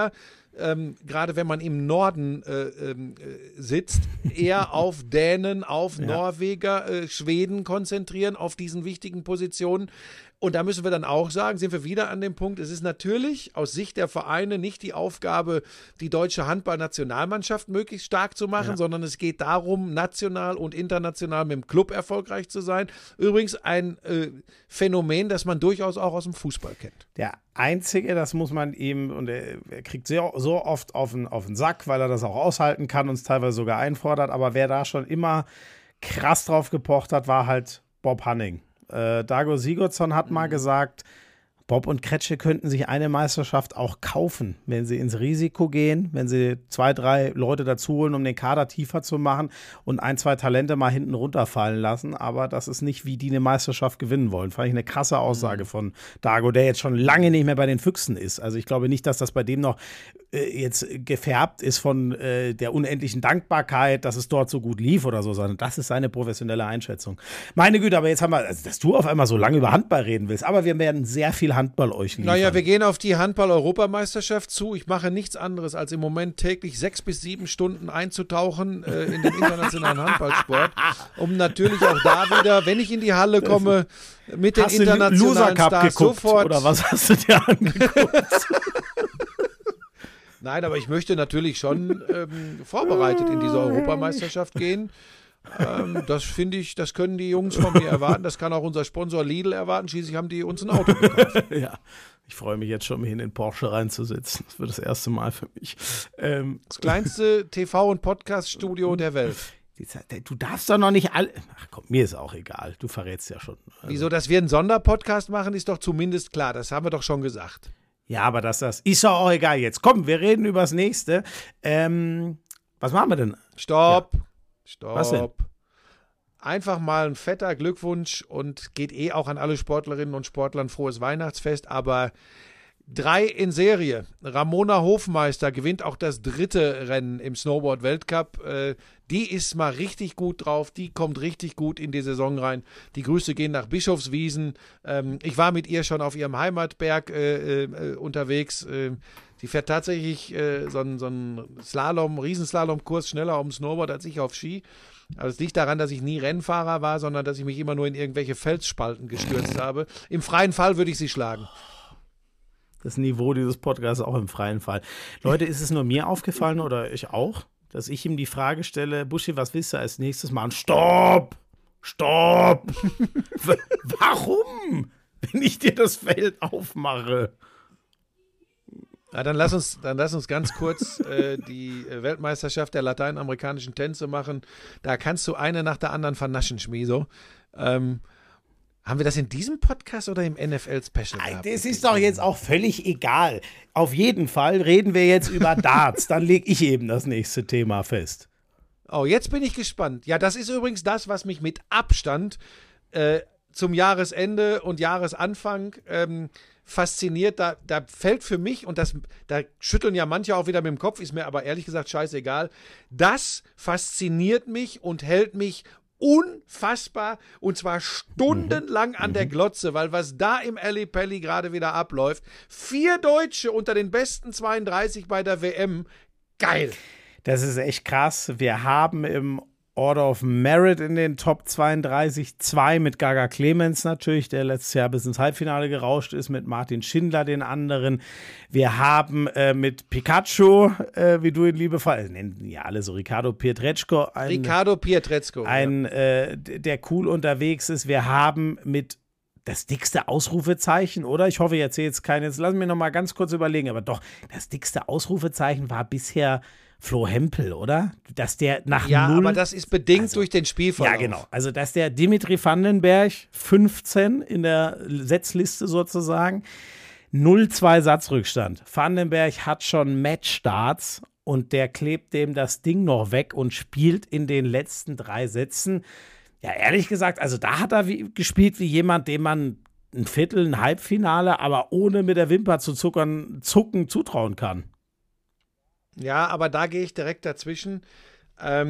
gerade wenn man im Norden sitzt, eher auf Dänen, auf Norweger, Schweden konzentrieren, auf diesen wichtigen Positionen. Und da müssen wir dann auch sagen, sind wir wieder an dem Punkt, es ist natürlich aus Sicht der Vereine nicht die Aufgabe, die deutsche Handballnationalmannschaft möglichst stark zu machen, sondern es geht darum, national und international mit dem Club erfolgreich zu sein. Übrigens ein Phänomen, das man durchaus auch aus dem Fußball kennt. Der Einzige, das muss man ihm, und er kriegt so oft auf den Sack, weil er das auch aushalten kann und es teilweise sogar einfordert, aber wer da schon immer krass drauf gepocht hat, war halt Bob Hanning. Dago Sigurdsson hat mal gesagt, Bob und Kretsche könnten sich eine Meisterschaft auch kaufen, wenn sie ins Risiko gehen, wenn sie 2, 3 Leute dazu holen, um den Kader tiefer zu machen und 1, 2 Talente mal hinten runterfallen lassen. Aber das ist nicht, wie die eine Meisterschaft gewinnen wollen. Fand ich eine krasse Aussage von Dago, der jetzt schon lange nicht mehr bei den Füchsen ist. Also ich glaube nicht, dass das bei dem noch jetzt gefärbt ist von der unendlichen Dankbarkeit, dass es dort so gut lief oder so, sondern das ist seine professionelle Einschätzung. Meine Güte, aber jetzt haben wir, also, dass du auf einmal so lange über Handball reden willst, aber wir werden sehr viel Handball euch liefern. Naja, wir gehen auf die Handball-Europameisterschaft zu. Ich mache nichts anderes, als im Moment täglich 6 bis 7 Stunden einzutauchen in den internationalen Handballsport, um natürlich auch da wieder, wenn ich in die Halle komme, mit den internationalen Stars sofort. Oder was hast du dir angeguckt? Nein, aber ich möchte natürlich schon vorbereitet in diese Europameisterschaft gehen. Das finde ich, das können die Jungs von mir erwarten. Das kann auch unser Sponsor Lidl erwarten. Schließlich haben die uns ein Auto gekauft. Ja, ich freue mich jetzt schon, mich in den Porsche reinzusitzen. Das wird das erste Mal für mich. Das kleinste TV- und Podcast-Studio der Welt. Du darfst doch noch nicht alle. Ach komm, mir ist auch egal. Du verrätst ja schon. Also. Wieso, dass wir einen Sonderpodcast machen, ist doch zumindest klar. Das haben wir doch schon gesagt. Ja, aber das ist doch auch egal jetzt. Komm, wir reden über das nächste. Was machen wir denn? Stopp. Ja. Was denn? Einfach mal ein fetter Glückwunsch und geht auch an alle Sportlerinnen und Sportlern frohes Weihnachtsfest, aber 3 in Serie. Ramona Hofmeister gewinnt auch das 3. Rennen im Snowboard-Weltcup. Die ist mal richtig gut drauf, die kommt richtig gut in die Saison rein. Die Grüße gehen nach Bischofswiesen. Ich war mit ihr schon auf ihrem Heimatberg unterwegs. Die fährt tatsächlich so einen Riesenslalom-Kurs schneller um Snowboard als ich auf Ski. Aber es liegt daran, dass ich nie Rennfahrer war, sondern dass ich mich immer nur in irgendwelche Felsspalten gestürzt habe. Im freien Fall würde ich sie schlagen. Das Niveau dieses Podcasts auch im freien Fall. Leute, ist es nur mir aufgefallen oder ich auch, dass ich ihm die Frage stelle, Buschi, was willst du als nächstes machen? Stopp! Stopp! Warum? Wenn ich dir das Feld aufmache. Ja, dann lass uns ganz kurz die Weltmeisterschaft der lateinamerikanischen Tänze machen. Da kannst du eine nach der anderen vernaschen, Schmieso. Haben wir das in diesem Podcast oder im NFL-Special gehabt? Das ist doch jetzt auch völlig egal. Auf jeden Fall reden wir jetzt über Darts. Dann lege ich eben das nächste Thema fest. Oh, jetzt bin ich gespannt. Ja, das ist übrigens das, was mich mit Abstand zum Jahresende und Jahresanfang fasziniert. Da fällt für mich, und da schütteln ja manche auch wieder mit dem Kopf, ist mir aber ehrlich gesagt scheißegal, das fasziniert mich und hält mich unfassbar, und zwar stundenlang an der Glotze, weil was da im Ellipelli gerade wieder abläuft, 4 Deutsche unter den besten 32 bei der WM, geil. Das ist echt krass. Wir haben im Order of Merit in den Top 32 2 mit Gaga Clemens natürlich, der letztes Jahr bis ins Halbfinale gerauscht ist, mit Martin Schindler, den anderen. Wir haben mit Pikachu, wie du ihn liebevoll, nennen ja alle so, Ricardo Pietreczko. Der cool unterwegs ist. Wir haben mit das dickste Ausrufezeichen, oder? Ich hoffe, ich erzähle jetzt keines. Lass mich noch mal ganz kurz überlegen, aber doch, das dickste Ausrufezeichen war bisher Flo Hempel, oder? Dass der nach 0... aber das ist bedingt durch den Spielverlauf. Ja, genau. Also, dass der Dimitri Vandenberg 15 in der Setzliste sozusagen 0-2 Satzrückstand. Vandenberg hat schon Matchstarts und der klebt dem das Ding noch weg und spielt in den letzten 3 Sätzen. Ja, ehrlich gesagt, also da hat er gespielt wie jemand, dem man ein Viertel, ein Halbfinale, aber ohne mit der Wimper zu zucken zutrauen kann. Ja, aber da gehe ich direkt dazwischen.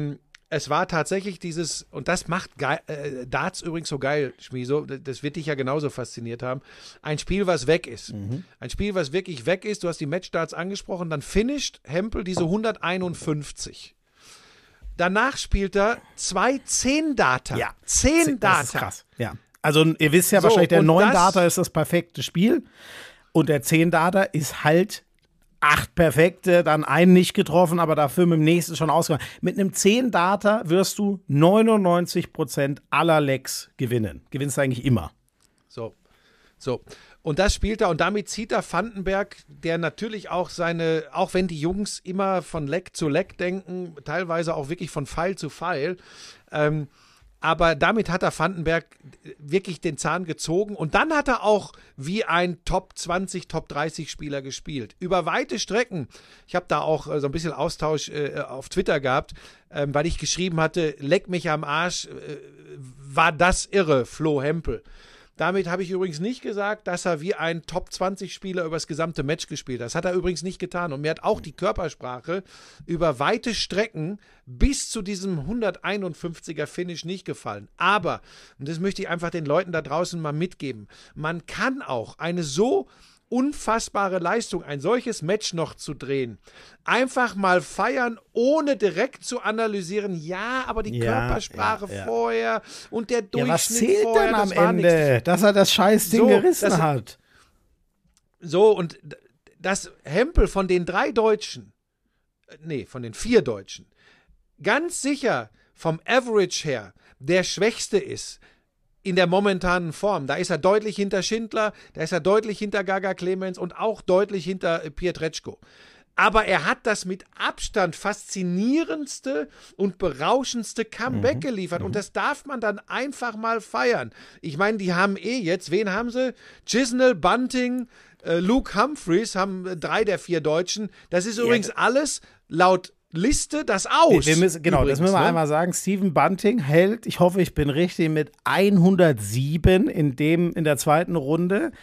es war tatsächlich dieses, und das macht Darts übrigens so geil, Schmieso, das wird dich ja genauso fasziniert haben, ein Spiel, was weg ist. Ein Spiel, was wirklich weg ist, du hast die Matchdarts angesprochen, dann finisht Hempel diese 151. Danach spielt er 2 10-Darter. Ja, 10 Darter. Das ist krass, ja. Also ihr wisst ja So, wahrscheinlich, der und 9-Darter ist das perfekte Spiel und der 10-Darter ist halt 8 perfekte, dann einen nicht getroffen, aber dafür mit dem nächsten schon ausgemacht. Mit einem 10-Darter wirst du 99% aller Lecks gewinnen. Gewinnst du eigentlich immer. So. Und das spielt er und damit zieht er Vandenberg, der natürlich auch auch wenn die Jungs immer von Leck zu Leck denken, teilweise auch wirklich von Pfeil zu Pfeil, aber damit hat er Vandenberg wirklich den Zahn gezogen und dann hat er auch wie ein Top 20, Top 30 Spieler gespielt. Über weite Strecken. Ich habe da auch so ein bisschen Austausch auf Twitter gehabt, weil ich geschrieben hatte, leck mich am Arsch, war das irre, Flo Hempel. Damit habe ich übrigens nicht gesagt, dass er wie ein Top-20-Spieler über das gesamte Match gespielt hat. Das hat er übrigens nicht getan. Und mir hat auch die Körpersprache über weite Strecken bis zu diesem 151er-Finish nicht gefallen. Aber, und das möchte ich einfach den Leuten da draußen mal mitgeben, man kann auch eine so unfassbare Leistung, ein solches Match noch zu drehen. Einfach mal feiern, ohne direkt zu analysieren, ja, aber die Körpersprache vorher und der Durchschnitt was zählt vorher, denn am das war Ende? nichts. Dass er das Scheißding gerissen hat. So, und dass Hempel von den 4 Deutschen, ganz sicher vom Average her der Schwächste ist, in der momentanen Form. Da ist er deutlich hinter Schindler, da ist er deutlich hinter Gaga Clemens und auch deutlich hinter Pietreczko. Aber er hat das mit Abstand faszinierendste und berauschendste Comeback geliefert. Und das darf man dann einfach mal feiern. Ich meine, die haben jetzt, wen haben sie? Chisnell, Bunting, Luke Humphreys haben 3 der 4 Deutschen. Das ist übrigens alles laut Liste das aus. Das müssen wir einmal sagen. Steven Bunting hält, ich hoffe, ich bin richtig, mit 107 in der zweiten Runde.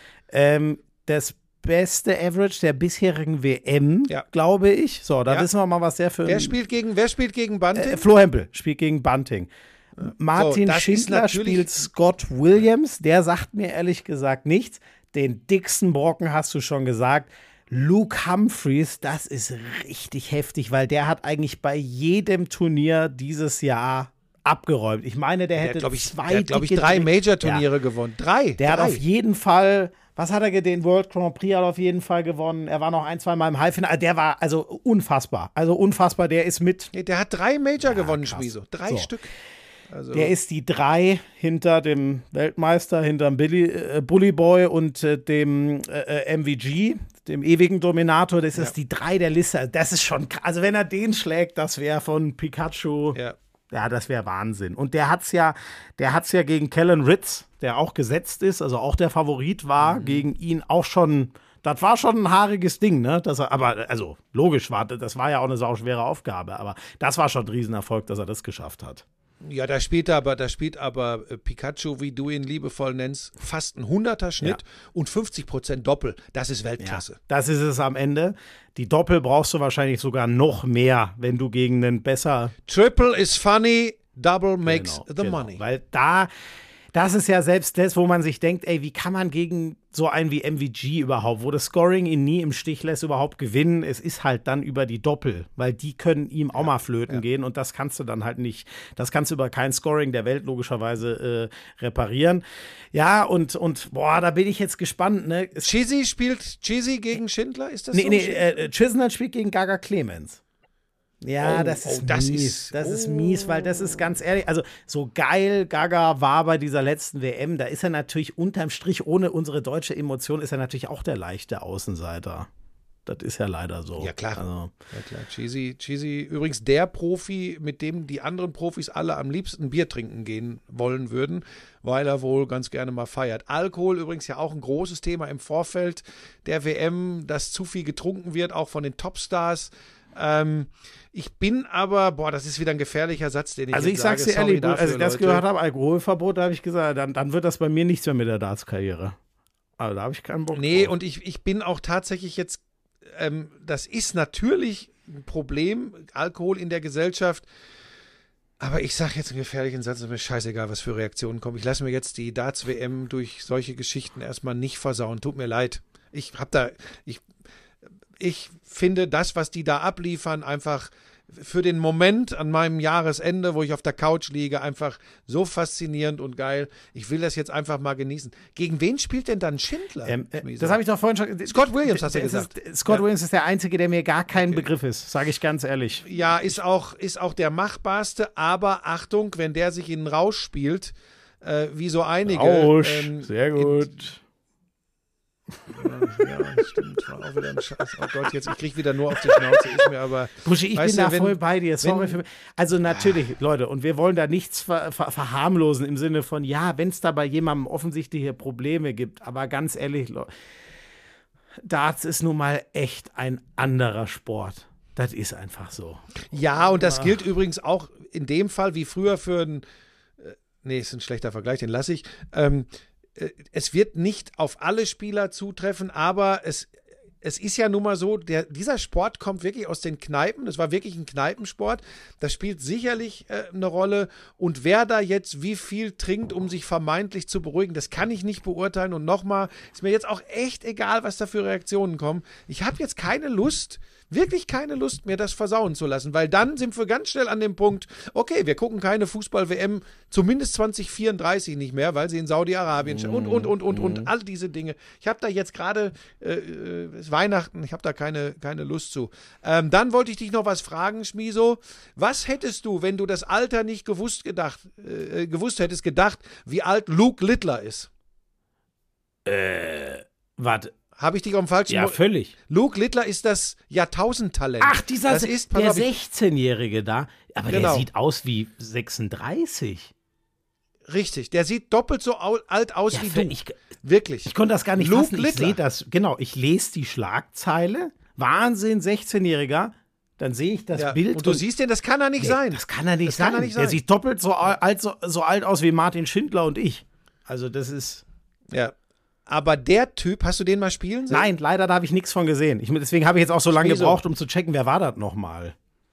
Das beste Average der bisherigen WM, glaube ich. So, da wissen wir mal, was der für Wer spielt gegen Bunting? Flo Hempel spielt gegen Bunting. Martin Schindler spielt Scott Williams. Der sagt mir ehrlich gesagt nichts. Den dicksten Brocken hast du schon gesagt. Luke Humphreys, das ist richtig heftig, weil der hat eigentlich bei jedem Turnier dieses Jahr abgeräumt. Ich meine, der hätte glaube ich, 3 Major-Turniere gewonnen. 3? Der hat auf jeden Fall, was hat er, den World Grand Prix hat auf jeden Fall gewonnen. Er war noch 1-2 Mal im Halbfinale. Der war also unfassbar. Der ist mit. Der hat 3 Major gewonnen, Schmieso. 3 Stück. Also der ist die 3 hinter dem Weltmeister, hinter dem Bully Boy und dem MVG, dem ewigen Dominator. Das ist die 3 der Liste. Das ist schon krass. Also wenn er den schlägt, das wäre von Pikachu. Ja, das wäre Wahnsinn. Und der hat's ja gegen Kellen Ritz, der auch gesetzt ist, also auch der Favorit war, gegen ihn auch schon. Das war schon ein haariges Ding, ne? Also logisch das war ja auch eine sauschwere Aufgabe, aber das war schon ein Riesenerfolg, dass er das geschafft hat. Ja, da spielt aber Pikachu, wie du ihn liebevoll nennst, fast ein 100er-Schnitt und 50% Doppel. Das ist Weltklasse. Ja, das ist es am Ende. Die Doppel brauchst du wahrscheinlich sogar noch mehr, wenn du gegen einen besser. Triple is funny, double makes the money. Weil das ist ja selbst das, wo man sich denkt, ey, wie kann man gegen so einen wie MVG überhaupt, wo das Scoring ihn nie im Stich lässt, überhaupt gewinnen? Es ist halt dann über die Doppel, weil die können ihm auch mal flöten gehen und das kannst du dann halt nicht, das kannst du über kein Scoring der Welt logischerweise reparieren. Ja, und da bin ich jetzt gespannt, ne? Chizzy gegen Schindler, ist das so? Chisnell spielt gegen Gaga Clemens. Ja, das ist mies. Das ist mies, weil das ist ganz ehrlich, also so geil Gaga war bei dieser letzten WM, da ist er natürlich unterm Strich, ohne unsere deutsche Emotion, ist er natürlich auch der leichte Außenseiter. Das ist ja leider so. Ja, klar. Also. Ja, klar. Chizzy, übrigens der Profi, mit dem die anderen Profis alle am liebsten Bier trinken gehen wollen würden, weil er wohl ganz gerne mal feiert. Alkohol übrigens ja auch ein großes Thema im Vorfeld der WM, dass zu viel getrunken wird, auch von den Topstars. Ich bin aber, das ist wieder ein gefährlicher Satz, den ich also jetzt sag's dir sage. ehrlich, Dafür, als ich das Leute. gehört habe, Alkoholverbot, da habe ich gesagt, dann wird das bei mir nichts mehr mit der Darts-Karriere. Also da habe ich keinen Bock drauf. Und ich bin auch tatsächlich jetzt, das ist natürlich ein Problem, Alkohol in der Gesellschaft. Aber ich sage jetzt einen gefährlichen Satz, ist mir scheißegal, was für Reaktionen kommen. Ich lasse mir jetzt die Darts-WM durch solche Geschichten erstmal nicht versauen. Tut mir leid. Ich finde das, was die da abliefern, einfach für den Moment an meinem Jahresende, wo ich auf der Couch liege, einfach so faszinierend und geil. Ich will das jetzt einfach mal genießen. Gegen wen spielt denn dann Schindler? Das habe ich doch vorhin schon. Scott Williams, hast du gesagt. Scott Williams ist der Einzige, der mir gar kein Begriff ist, sage ich ganz ehrlich. Ja, ist auch der machbarste, aber Achtung, wenn der sich in den Rausch spielt, wie so einige. Rausch, sehr gut. Ja, stimmt. War auch wieder ein Scheiß. Oh Gott, jetzt, ich kriege wieder nur auf die Schnauze. Ist mir aber. Buschi, ich bin da voll bei dir. Sorry für mich. Also natürlich, Leute, und wir wollen da nichts verharmlosen im Sinne von, ja, wenn es da bei jemandem offensichtliche Probleme gibt, aber ganz ehrlich, Darts ist nun mal echt ein anderer Sport. Das ist einfach so. Ja, und das gilt übrigens auch in dem Fall wie früher für einen. Nee, ist ein schlechter Vergleich, den lasse ich. Es wird nicht auf alle Spieler zutreffen, aber es ist ja nun mal so, dieser Sport kommt wirklich aus den Kneipen, das war wirklich ein Kneipensport, das spielt sicherlich eine Rolle und wer da jetzt wie viel trinkt, um sich vermeintlich zu beruhigen, das kann ich nicht beurteilen und nochmal, ist mir jetzt auch echt egal, was da für Reaktionen kommen. Ich habe jetzt wirklich keine Lust, mir das versauen zu lassen, weil dann sind wir ganz schnell an dem Punkt, okay, wir gucken keine Fußball-WM, zumindest 2034 nicht mehr, weil sie in Saudi-Arabien und all diese Dinge. Ich habe da jetzt gerade Weihnachten, ich habe da keine Lust zu. Dann wollte ich dich noch was fragen, Schmiso. Was hättest du, wenn du das Alter nicht gewusst hättest, gedacht, wie alt Luke Littler ist? Warte. Habe ich dich auf dem falschen... Ja, völlig. Luke Littler ist das Jahrtausendtalent. Ach, der 16-Jährige da. Aber genau. Der sieht aus wie 36. Richtig, der sieht doppelt so alt aus wie du. Wirklich. Ich konnte das gar nicht Luke fassen. Littler. Ich sehe das, genau, ich lese die Schlagzeile. Wahnsinn, 16-Jähriger. Dann sehe ich das Bild. Und du siehst den, das kann er nicht sein. Das kann er nicht sein. Der sieht doppelt so alt aus wie Martin Schindler und ich. Also das ist... Ja. Aber der Typ, hast du den mal spielen sehen? Nein, leider, da habe ich nichts von gesehen. Deswegen habe ich jetzt auch so lange gebraucht, um zu checken, wer war das nochmal.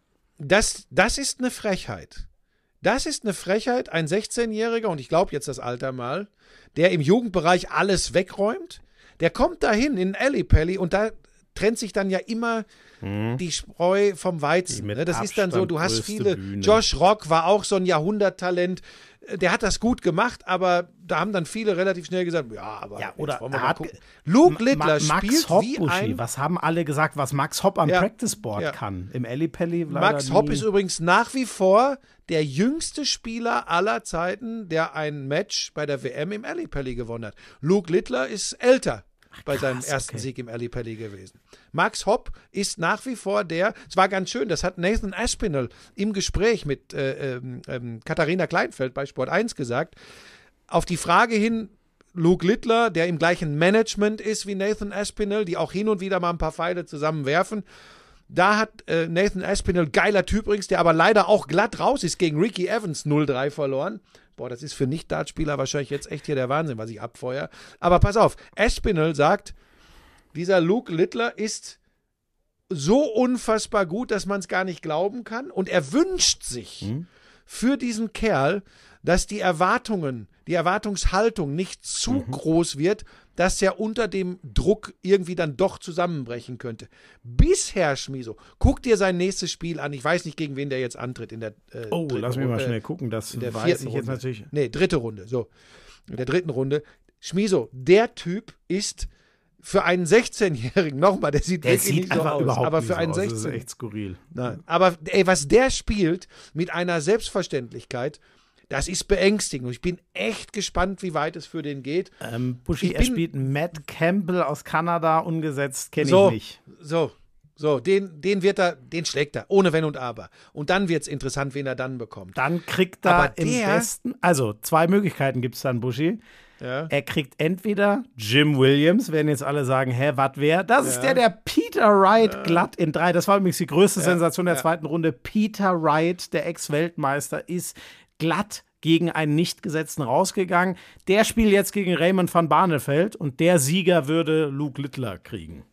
Das ist eine Frechheit. Das ist eine Frechheit, ein 16-Jähriger, und ich glaube jetzt das Alter mal, der im Jugendbereich alles wegräumt, der kommt dahin in Ellipelli und da trennt sich dann ja immer die Spreu vom Weizen. Ne? Das ist dann so, du hast viele, Bühne. Josh Rock war auch so ein Jahrhunderttalent, der hat das gut gemacht, aber da haben dann viele relativ schnell gesagt, ja, aber oder Luke Littler Max Hopp, wie ein... Was haben alle gesagt, was Max Hopp am Practice-Board kann? Im Ellipelli Max Hopp ist übrigens nach wie vor der jüngste Spieler aller Zeiten, der ein Match bei der WM im Ellipelli gewonnen hat. Luke Littler ist älter. Bei seinem ersten Sieg im Ellipelli gewesen. Max Hopp ist nach wie vor es war ganz schön, das hat Nathan Aspinall im Gespräch mit Katharina Kleinfeld bei Sport 1 gesagt, auf die Frage hin, Luke Littler, der im gleichen Management ist wie Nathan Aspinall, die auch hin und wieder mal ein paar Pfeile zusammenwerfen, da hat Nathan Aspinall, geiler Typ übrigens, der aber leider auch glatt raus ist, gegen Ricky Evans 0-3 verloren. Boah, das ist für Nicht-Dartspieler wahrscheinlich jetzt echt hier der Wahnsinn, was ich abfeuere. Aber pass auf, Aspinall sagt, dieser Luke Littler ist so unfassbar gut, dass man es gar nicht glauben kann. Und er wünscht sich für diesen Kerl, dass die Erwartungshaltung nicht zu groß wird, dass er unter dem Druck irgendwie dann doch zusammenbrechen könnte. Bisher, Schmiso, guck dir sein nächstes Spiel an. Ich weiß nicht, gegen wen der jetzt antritt in der lass mich mal schnell gucken. Das in der weiß vierten ich jetzt Runde. natürlich. Nee, dritte Runde. So, in der dritten Runde. Schmiso, der Typ ist für einen 16-Jährigen, nochmal, der sieht wirklich nicht so aus, überhaupt aber nicht für einen so aus. 16. Das ist echt skurril. Nein. Aber ey, was der spielt mit einer Selbstverständlichkeit, das ist beängstigend. Und ich bin echt gespannt, wie weit es für den geht. Buschi, er spielt Matt Campbell aus Kanada, ungesetzt, kenne ich nicht. So, den schlägt er, ohne Wenn und Aber. Und dann wird es interessant, wen er dann bekommt. Dann kriegt er im besten, also 2 Möglichkeiten gibt es dann, Buschi. Ja. Er kriegt entweder Jim Williams, werden jetzt alle sagen, was wer? Das ist der Peter Wright glatt in 3. Das war übrigens die größte Sensation der zweiten Runde. Peter Wright, der Ex-Weltmeister, ist glatt gegen einen nicht gesetzten rausgegangen. Der spielt jetzt gegen Raymond van Barneveld und der Sieger würde Luke Littler kriegen.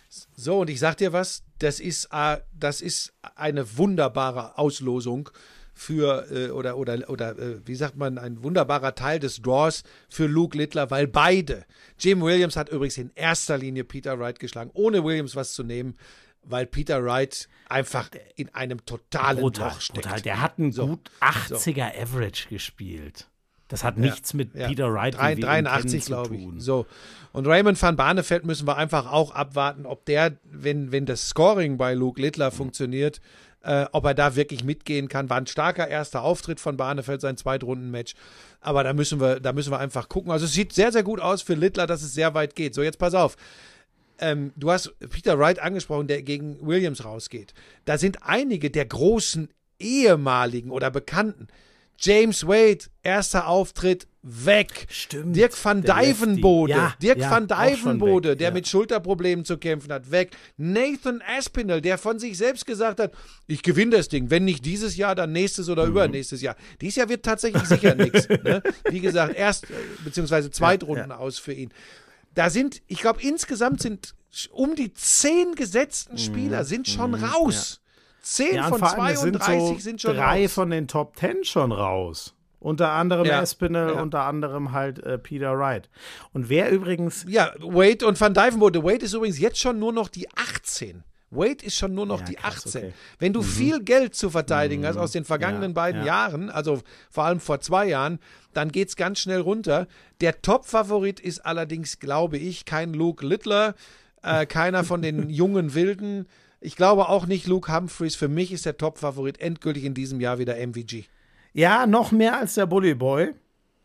So, und ich sag dir was, das ist eine wunderbare Auslosung oder wie sagt man, ein wunderbarer Teil des Draws für Luke Littler, weil beide. Jim Williams hat übrigens in erster Linie Peter Wright geschlagen, ohne Williams was zu nehmen, weil Peter Wright einfach in einem totalen Loch steckt. Brutal. Der hat einen gut 80er Average gespielt. Das hat nichts mit Peter Wright 83, glaube ich. So. Und Raymond van Barneveld müssen wir einfach auch abwarten, ob der, wenn das Scoring bei Luke Littler funktioniert, ob er da wirklich mitgehen kann. War ein starker erster Auftritt von Barneveld, sein Zweitrunden-Match. Aber da müssen wir einfach gucken. Also es sieht sehr, sehr gut aus für Littler, dass es sehr weit geht. So, jetzt pass auf. Du hast Peter Wright angesprochen, der gegen Williams rausgeht. Da sind einige der großen ehemaligen oder Bekannten. James Wade, erster Auftritt, weg. Stimmt. Dirk van Dijvenbode, weg, der mit Schulterproblemen zu kämpfen hat, weg. Nathan Aspinall, der von sich selbst gesagt hat, ich gewinne das Ding, wenn nicht dieses Jahr, dann nächstes oder übernächstes Jahr. Dieses Jahr wird tatsächlich sicher nichts. Ne? Wie gesagt, beziehungsweise Zweitrunden aus für ihn. Da sind, ich glaube, insgesamt sind um die 10 gesetzten Spieler sind schon raus. 10 von 32 sind schon 3 raus. von den Top 10 schon raus. Unter anderem Aspinall, unter anderem halt Peter Wright. Und wer übrigens... Ja, Wade und Van Dijvenbode. Wade ist übrigens jetzt schon nur noch die 18. Wade ist schon nur noch die 18. Okay. Wenn du viel Geld zu verteidigen hast aus den vergangenen beiden Jahren, also vor allem vor 2 Jahren, dann geht's ganz schnell runter. Der Top-Favorit ist allerdings, glaube ich, kein Luke Littler, keiner von den jungen Wilden. Ich glaube auch nicht Luke Humphreys. Für mich ist der Top-Favorit endgültig in diesem Jahr wieder MVG. Ja, noch mehr als der Bully Boy.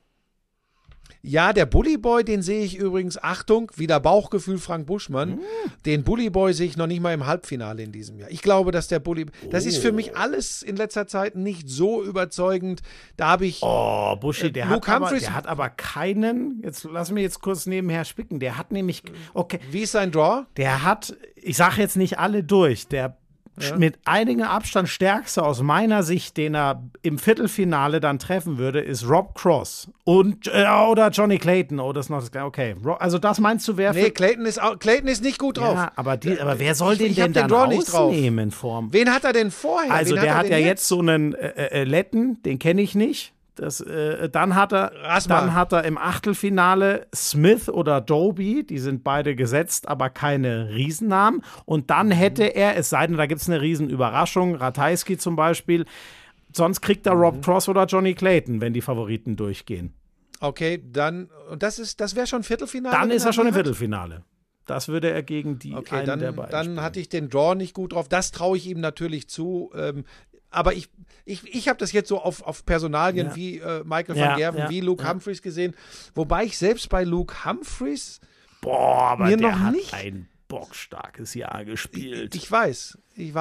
Ja, der Bully Boy, den sehe ich übrigens, Achtung, wieder Bauchgefühl Frank Buschmann, den Bully Boy sehe ich noch nicht mal im Halbfinale in diesem Jahr. Ich glaube, dass der Bully, das ist für mich alles in letzter Zeit nicht so überzeugend. Da habe ich Buschi, der hat aber keinen, jetzt lass mich jetzt kurz nebenher spicken, der hat nämlich, okay. Wie ist sein Draw? Der hat, ich sage jetzt nicht alle durch, der mit einigem Abstand stärkste aus meiner Sicht, den er im Viertelfinale dann treffen würde, ist Rob Cross und oder Johnny Clayton. Oh, das ist noch das Gleiche. Okay, also das meinst du, wer? Nee, Clayton ist nicht gut drauf. Ja, aber wer soll den denn dann rausnehmen in Form? Wen hat er denn vorher? Also der hat ja jetzt so einen Letten, den kenne ich nicht. Dann hat er im Achtelfinale Smith oder Doby, die sind beide gesetzt, aber keine Riesennamen. Und dann hätte er, es sei denn, da gibt es eine Riesenüberraschung, Ratajski zum Beispiel, sonst kriegt er Rob Cross oder Johnny Clayton, wenn die Favoriten durchgehen. Okay, dann, und das wäre schon Viertelfinale? Dann ist er schon im Viertelfinale. Das würde er gegen einen der beiden dann spielen. hatte ich den Draw nicht gut drauf. Das traue ich ihm natürlich zu. Aber ich habe das jetzt so auf Personalien wie Michael van Gerwen, wie Luke Humphreys gesehen. Wobei ich selbst bei Luke Humphreys aber mir der noch hat nicht ein bockstarkes Jahr gespielt. Ich weiß.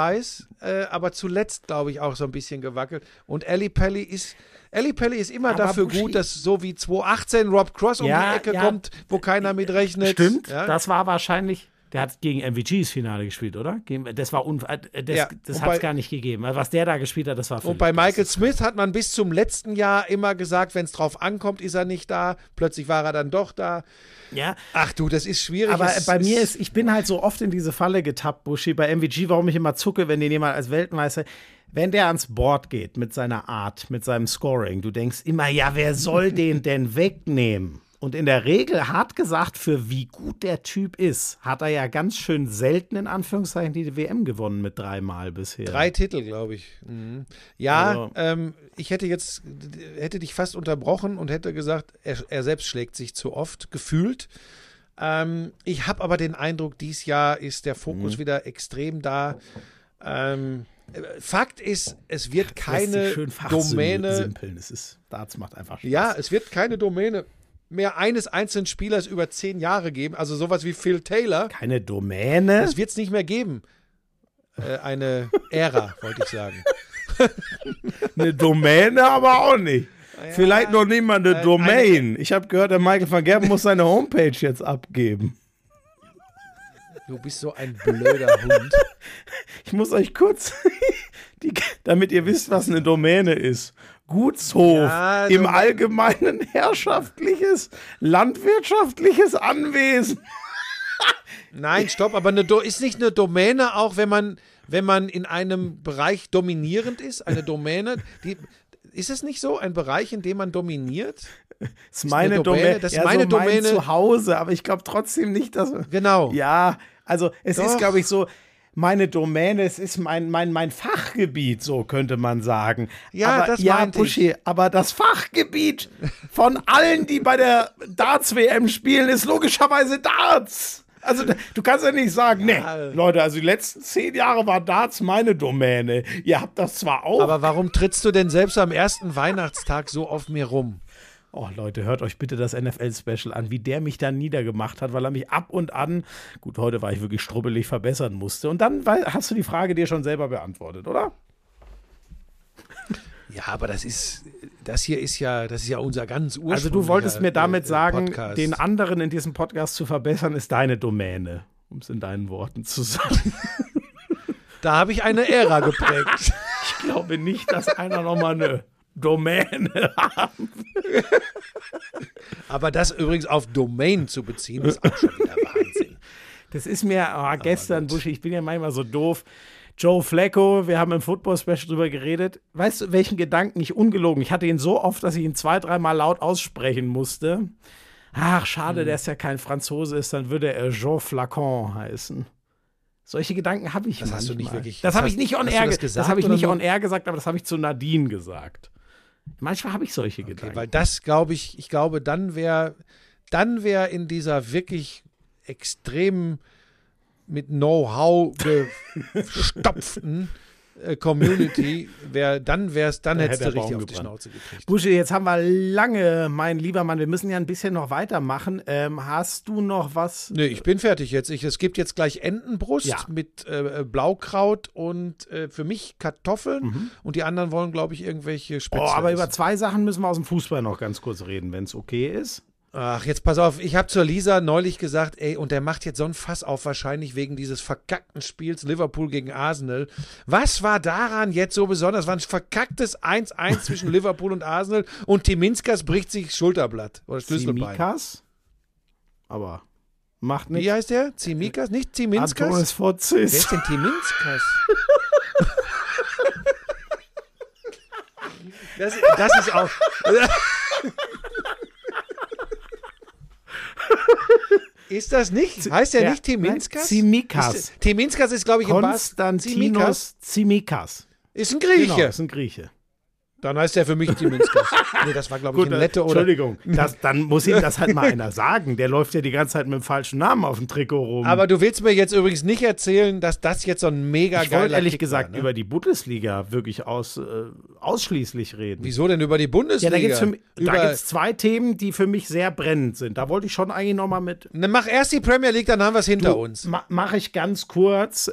Aber zuletzt, glaube ich, auch so ein bisschen gewackelt. Und Ali Pelly ist immer Aber dafür Buschi, gut, dass so wie 2018 Rob Cross um die Ecke kommt, wo keiner mit rechnet. Stimmt, ja? Das war wahrscheinlich, der hat gegen MVGs Finale gespielt, oder? Das war das hat es gar nicht gegeben. Was der da gespielt hat, das war Und bei Michael Smith hat man bis zum letzten Jahr immer gesagt, wenn es drauf ankommt, ist er nicht da. Plötzlich war er dann doch da. Ja. Ach du, das ist schwierig. Aber bei mir ich bin halt so oft in diese Falle getappt, Buschi, bei MVG, warum ich immer zucke, wenn den jemand als Weltmeister, wenn der ans Board geht mit seiner Art, mit seinem Scoring, du denkst immer, ja, wer soll den denn wegnehmen? Und in der Regel, hart gesagt, für wie gut der Typ ist, hat er ja ganz schön selten, in Anführungszeichen, die WM gewonnen mit 3 Mal bisher. 3 Titel, glaube ich. Mhm. Ja, also. Ich hätte dich fast unterbrochen und hätte gesagt, er selbst schlägt sich zu oft, gefühlt. Ich habe aber den Eindruck, dieses Jahr ist der Fokus wieder extrem da. Fakt ist, es wird keine Domäne. Darts macht einfach Spaß. Ja, es wird keine Domäne mehr eines einzelnen Spielers über 10 Jahre geben. Also sowas wie Phil Taylor. Keine Domäne? Das wird es nicht mehr geben. Eine Ära, wollte ich sagen. Eine Domäne aber auch nicht. Ja, vielleicht noch nicht mal eine Domain. Ich habe gehört, der Michael van Gerwen muss seine Homepage jetzt abgeben. Du bist so ein blöder Hund. Ich muss euch kurz, damit ihr wisst, was eine Domäne ist. Gutshof, im Allgemeinen herrschaftliches, landwirtschaftliches Anwesen. Nein, stopp, aber ist nicht eine Domäne auch, wenn man wenn man in einem Bereich dominierend ist, eine Domäne, ist es nicht so, ein Bereich, in dem man dominiert? Das ist meine Domäne, das ist meine Domäne zu Hause, aber ich glaube trotzdem nicht, dass... Genau. Ja, also es Doch. ist, glaube ich, so, meine Domäne, es ist mein Fachgebiet, so könnte man sagen. Ja, aber, das meinte Buschi, aber das Fachgebiet von allen, die bei der Darts-WM spielen, ist logischerweise Darts. Also du kannst ja nicht sagen, nee, Leute, also die letzten 10 Jahre war Darts meine Domäne. Ihr habt das zwar auch. Aber warum trittst du denn selbst am ersten Weihnachtstag so auf mir rum? Oh Leute, hört euch bitte das NFL-Special an, wie der mich da niedergemacht hat, weil er mich ab und an, gut, heute war ich wirklich strubbelig, verbessern musste. Und dann hast du die Frage dir schon selber beantwortet, oder? Ja, aber das hier ist ja unser ganz ursprünglicher Also du wolltest mir damit sagen, Podcast. den anderen in diesem Podcast zu verbessern, ist deine Domäne, um es in deinen Worten zu sagen. Da habe ich eine Ära geprägt. Ich glaube nicht, dass einer nochmal eine Domäne haben. Aber das übrigens auf Domain zu beziehen, ist auch schon wieder Wahnsinn. Das ist mir gestern, Buschi, ich bin ja manchmal so doof. Joe Flacco, wir haben im Football-Special drüber geredet. Weißt du, welchen Gedanken ich ungelogen? Ich hatte ihn so oft, dass ich ihn 2-3 Mal laut aussprechen musste. Ach, schade, dass er kein Franzose ist, dann würde er Joe Flacon heißen. Solche Gedanken habe ich Das manchmal. hast du nicht wirklich. Das habe ich nicht on hast air du das gesagt. gesagt, Das habe ich oder nicht nur? on air gesagt, aber das habe ich zu Nadine gesagt. Manchmal habe ich solche Gedanken. Weil das, glaube ich glaube, dann wäre in dieser wirklich extrem mit Know-how gestopften Community, dann hättest du hätte der richtig Baum auf die gebrannt. Schnauze gekriegt. Buschi, jetzt haben wir lange, mein lieber Mann, wir müssen ja ein bisschen noch weitermachen. Hast du noch was? Nee, ich bin fertig jetzt. Es gibt jetzt gleich Entenbrust Ja. mit Blaukraut und für mich Kartoffeln. Und die anderen wollen, glaube ich, irgendwelche Spätzle. Aber über essen. 2 Sachen müssen wir aus dem Fußball noch ganz kurz reden, wenn es okay ist. Ach, jetzt pass auf. Ich habe zur Lisa neulich gesagt, ey, und der macht jetzt so ein Fass auf, wahrscheinlich wegen dieses verkackten Spiels Liverpool gegen Arsenal. Was war daran jetzt so besonders? War ein verkacktes 1-1 zwischen Liverpool und Arsenal und Timinskas bricht sich Schulterblatt oder Schlüsselbein. Tsimikas? Aber macht nichts. Wie heißt der? Tsimikas? Nicht Timinskas? Antonis Wer Fotzis. ist denn Timinskas? Das ist auch. Ist das nicht? Heißt der nicht Timinskas? Tsimikas. Timinskas ist, glaube ich, im Konstantinos Tsimikas. Ist ein Grieche. Genau, ist ein Grieche. Dann heißt der für mich Timinskas. Nee, das war, glaube ich, ein Lette oder. Entschuldigung, dann muss ihm das halt mal einer sagen. Der läuft ja die ganze Zeit mit dem falschen Namen auf dem Trikot rum. Aber du willst mir jetzt übrigens nicht erzählen, dass das jetzt so ein mega ich geiler wollte ehrlich Kick gesagt war, ne? über die Bundesliga wirklich ausschließlich reden. Wieso denn über die Bundesliga? Ja, da gibt's 2 Themen, die für mich sehr brennend sind. Da wollte ich schon eigentlich noch mal mit. Ne, mach erst die Premier League, dann haben wir es hinter uns. Mache ich ganz kurz.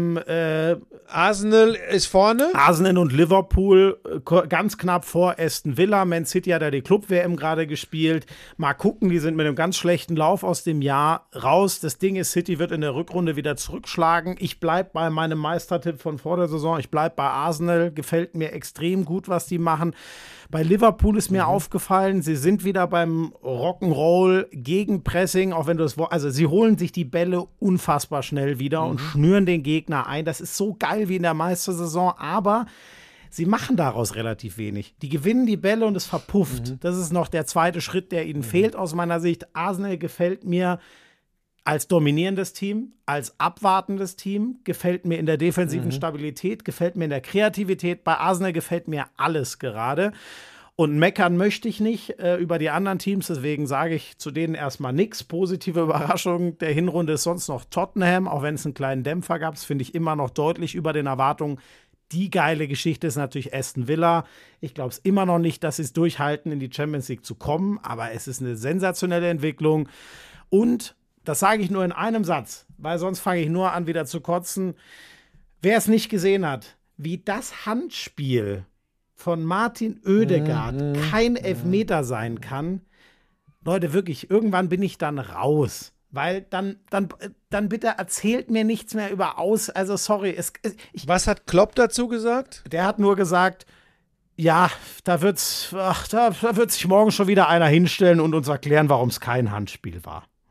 Arsenal ist vorne. Arsenal und Liverpool ganz knapp vor Aston Villa. Man City hat ja die Club-WM gerade gespielt. Mal gucken, die sind mit einem ganz schlechten Lauf aus dem Jahr raus. Das Ding ist, City wird in der Rückrunde wieder zurückschlagen. Ich bleibe bei meinem Meistertipp von vor der Saison. Ich bleibe bei Arsenal. Gefällt mir extrem gut, was die machen. Bei Liverpool ist mir aufgefallen, sie sind wieder beim Rock'n'Roll gegen Pressing, auch wenn du das, also sie holen sich die Bälle unfassbar schnell wieder und schnüren den Gegner ein. Das ist so geil wie in der Meistersaison, aber sie machen daraus relativ wenig. Die gewinnen die Bälle und es verpufft. Das ist noch der zweite Schritt, der ihnen fehlt aus meiner Sicht. Arsenal gefällt mir als dominierendes Team, als abwartendes Team, gefällt mir in der defensiven Stabilität, gefällt mir in der Kreativität. Bei Arsenal gefällt mir alles gerade. Und meckern möchte ich nicht über die anderen Teams, deswegen sage ich zu denen erstmal nichts. Positive Überraschung der Hinrunde ist sonst noch Tottenham, auch wenn es einen kleinen Dämpfer gab, das finde ich immer noch deutlich über den Erwartungen. Die geile Geschichte ist natürlich Aston Villa. Ich glaube es immer noch nicht, dass sie es durchhalten, in die Champions League zu kommen, aber es ist eine sensationelle Entwicklung. Und das sage ich nur in einem Satz, weil sonst fange ich nur an, wieder zu kotzen. Wer es nicht gesehen hat, wie das Handspiel von Martin Oedegaard kein Elfmeter sein kann, Leute, wirklich, irgendwann bin ich dann raus. Weil dann bitte erzählt mir nichts mehr über also sorry. Was hat Klopp dazu gesagt? Der hat nur gesagt, ja, da wird sich morgen schon wieder einer hinstellen und uns erklären, warum es kein Handspiel war.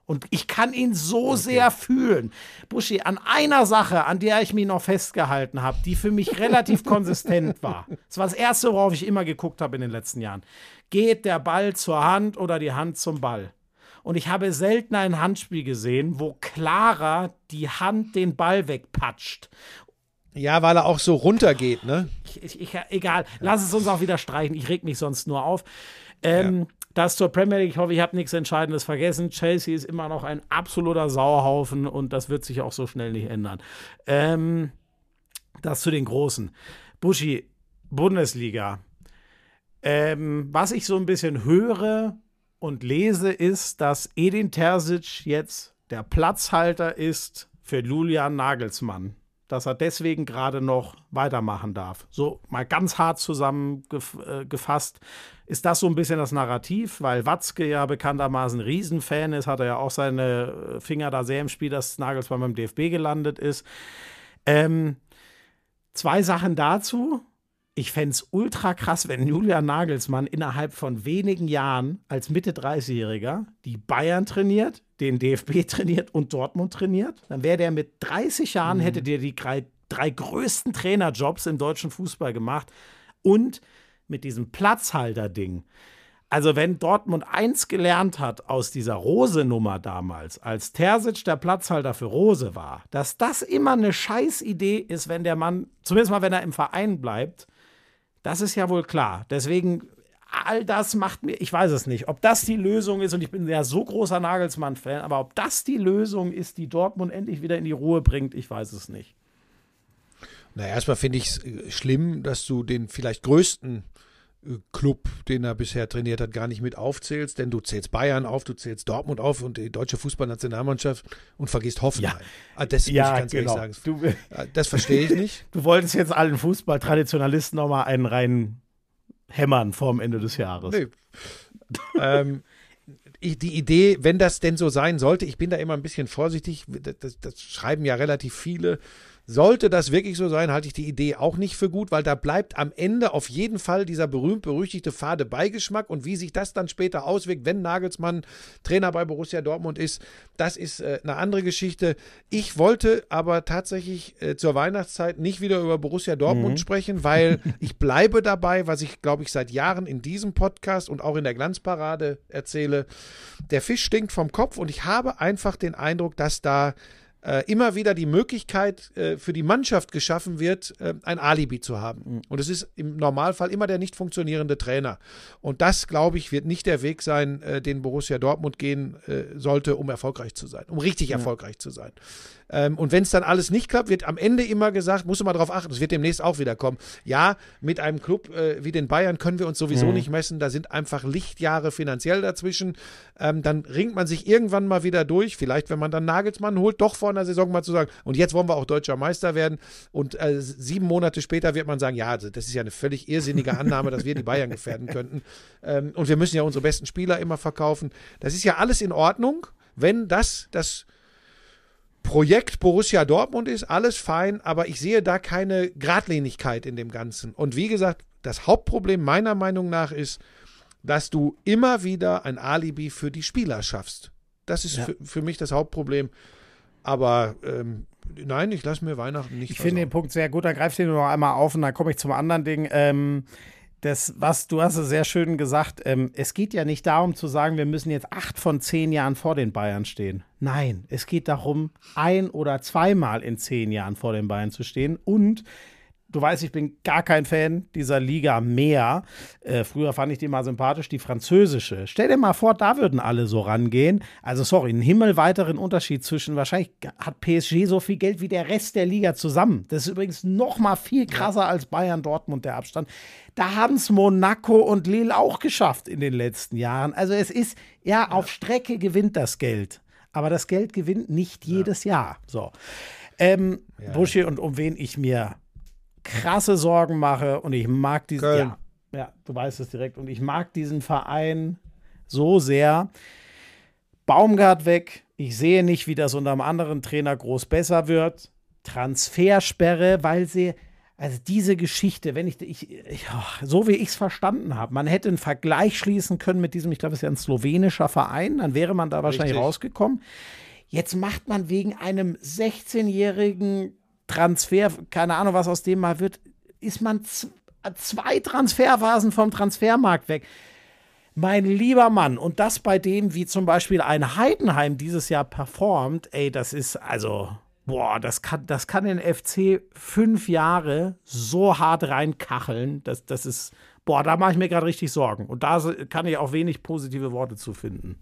Und ich kann ihn so sehr fühlen. Buschi, an einer Sache, an der ich mich noch festgehalten habe, die für mich relativ konsistent war. Das war das Erste, worauf ich immer geguckt habe in den letzten Jahren. Geht der Ball zur Hand oder die Hand zum Ball? Und ich habe selten ein Handspiel gesehen, wo klarer die Hand den Ball wegpatscht. Ja, weil er auch so runtergeht, ne? Egal, lass es uns auch wieder streichen. Ich reg mich sonst nur auf. Das zur Premier League, ich hoffe, ich habe nichts Entscheidendes vergessen. Chelsea ist immer noch ein absoluter Sauerhaufen und das wird sich auch so schnell nicht ändern. Das zu den Großen. Buschi, Bundesliga. Was ich so ein bisschen höre und lese, ist, dass Edin Terzic jetzt der Platzhalter ist für Julian Nagelsmann. Dass er deswegen gerade noch weitermachen darf. So mal ganz hart zusammengefasst ist das so ein bisschen das Narrativ, weil Watzke ja bekanntermaßen Riesenfan ist, hat er ja auch seine Finger da sehr im Spiel, dass Nagelsmann beim DFB gelandet ist. 2 Sachen dazu. Ich fände es ultra krass, wenn Julian Nagelsmann innerhalb von wenigen Jahren als Mitte-30-Jähriger die Bayern trainiert, den DFB trainiert und Dortmund trainiert. Dann wäre der mit 30 Jahren, hätte der die 3 größten Trainerjobs im deutschen Fußball gemacht. Und mit diesem Platzhalter-Ding. Also wenn Dortmund eins gelernt hat aus dieser Rose-Nummer damals, als Terzic der Platzhalter für Rose war, dass das immer eine Scheißidee ist, wenn der Mann, zumindest mal wenn er im Verein bleibt, das ist ja wohl klar. Deswegen, all das macht mir, ich weiß es nicht, ob das die Lösung ist, und ich bin ja so großer Nagelsmann-Fan, aber ob das die Lösung ist, die Dortmund endlich wieder in die Ruhe bringt, ich weiß es nicht. Na, erstmal finde ich es schlimm, dass du den vielleicht größten Club, den er bisher trainiert hat, gar nicht mit aufzählst, denn du zählst Bayern auf, du zählst Dortmund auf und die deutsche Fußballnationalmannschaft und vergisst Hoffenheim. Ja. Das muss ich ganz ehrlich sagen. Das verstehe ich nicht. Du wolltest jetzt allen Fußballtraditionalisten noch mal einen rein hämmern vorm Ende des Jahres. Nee. Die Idee, wenn das denn so sein sollte, ich bin da immer ein bisschen vorsichtig, das schreiben ja relativ viele. Sollte das wirklich so sein, halte ich die Idee auch nicht für gut, weil da bleibt am Ende auf jeden Fall dieser berühmt-berüchtigte fade Beigeschmack, und wie sich das dann später auswirkt, wenn Nagelsmann Trainer bei Borussia Dortmund ist, das ist eine andere Geschichte. Ich wollte aber tatsächlich zur Weihnachtszeit nicht wieder über Borussia Dortmund sprechen, weil ich bleibe dabei, was ich, glaube ich, seit Jahren in diesem Podcast und auch in der Glanzparade erzähle. Der Fisch stinkt vom Kopf, und ich habe einfach den Eindruck, dass da immer wieder die Möglichkeit für die Mannschaft geschaffen wird, ein Alibi zu haben. Und es ist im Normalfall immer der nicht funktionierende Trainer. Und das, glaube ich, wird nicht der Weg sein, den Borussia Dortmund gehen sollte, um erfolgreich zu sein, um richtig erfolgreich zu sein. Und wenn es dann alles nicht klappt, wird am Ende immer gesagt, musst du mal darauf achten, es wird demnächst auch wieder kommen. Ja, mit einem Club wie den Bayern können wir uns sowieso nicht messen, da sind einfach Lichtjahre finanziell dazwischen. Dann ringt man sich irgendwann mal wieder durch, vielleicht wenn man dann Nagelsmann holt, doch vor einer Saison mal zu sagen, und jetzt wollen wir auch deutscher Meister werden, und 7 Monate später wird man sagen, ja, also das ist ja eine völlig irrsinnige Annahme, dass wir die Bayern gefährden könnten. Und wir müssen ja unsere besten Spieler immer verkaufen. Das ist ja alles in Ordnung, wenn das Projekt Borussia Dortmund ist, alles fein, aber ich sehe da keine Geradlinigkeit in dem Ganzen. Und wie gesagt, das Hauptproblem meiner Meinung nach ist, dass du immer wieder ein Alibi für die Spieler schaffst. Das ist für mich das Hauptproblem. Aber nein, ich lasse mir Weihnachten nicht versauen. Ich finde den Punkt sehr gut, da greifst du noch einmal auf und dann komme ich zum anderen Ding. Du hast es sehr schön gesagt, es geht ja nicht darum zu sagen, wir müssen jetzt 8 von 10 Jahren vor den Bayern stehen. Nein, es geht darum, 1 oder 2 Mal in 10 Jahren vor den Bayern zu stehen. Und du weißt, ich bin gar kein Fan dieser Liga mehr. Früher fand ich die mal sympathisch, die französische. Stell dir mal vor, da würden alle so rangehen. Also sorry, einen himmelweiteren Unterschied zwischen, wahrscheinlich hat PSG so viel Geld wie der Rest der Liga zusammen. Das ist übrigens noch mal viel krasser als Bayern, Dortmund, der Abstand. Da haben es Monaco und Lille auch geschafft in den letzten Jahren. Also es ist, auf Strecke gewinnt das Geld. Aber das Geld gewinnt nicht jedes Jahr. So. Buschi, und um wen ich mir krasse Sorgen mache, und ich mag diesen, du weißt es direkt, und ich mag diesen Verein so sehr. Baumgart weg, ich sehe nicht, wie das unter einem anderen Trainer groß besser wird. Transfersperre, weil sie Also diese Geschichte, so wie ich es verstanden habe, man hätte einen Vergleich schließen können mit diesem, ich glaube, es ist ja ein slowenischer Verein, dann wäre man da wahrscheinlich Richtig. rausgekommen. Jetzt macht man wegen einem 16-jährigen Transfer, keine Ahnung, was aus dem mal wird, ist man 2 Transferphasen vom Transfermarkt weg. Mein lieber Mann, und das bei dem, wie zum Beispiel ein Heidenheim dieses Jahr performt, ey, das ist also, boah, das kann den FC 5 Jahre so hart reinkacheln, das ist, boah, da mache ich mir gerade richtig Sorgen. Und da kann ich auch wenig positive Worte zu finden.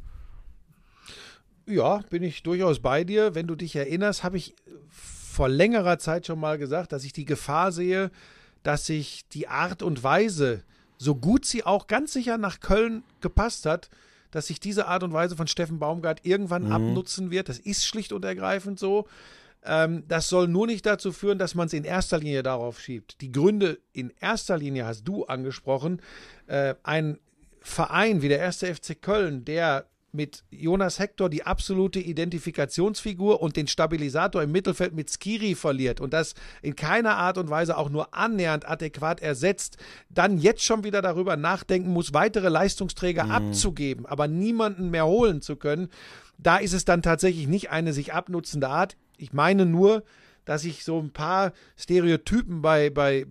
Ja, bin ich durchaus bei dir. Wenn du dich erinnerst, habe ich vor längerer Zeit schon mal gesagt, dass ich die Gefahr sehe, dass sich die Art und Weise, so gut sie auch ganz sicher nach Köln gepasst hat, dass sich diese Art und Weise von Steffen Baumgart irgendwann abnutzen wird. Das ist schlicht und ergreifend so. Das soll nur nicht dazu führen, dass man es in erster Linie darauf schiebt. Die Gründe in erster Linie hast du angesprochen. Ein Verein wie der 1. FC Köln, der mit Jonas Hector die absolute Identifikationsfigur und den Stabilisator im Mittelfeld mit Skiri verliert und das in keiner Art und Weise auch nur annähernd adäquat ersetzt, dann jetzt schon wieder darüber nachdenken muss, weitere Leistungsträger abzugeben, aber niemanden mehr holen zu können, da ist es dann tatsächlich nicht eine sich abnutzende Art. Ich meine nur, dass ich so ein paar Stereotypen bei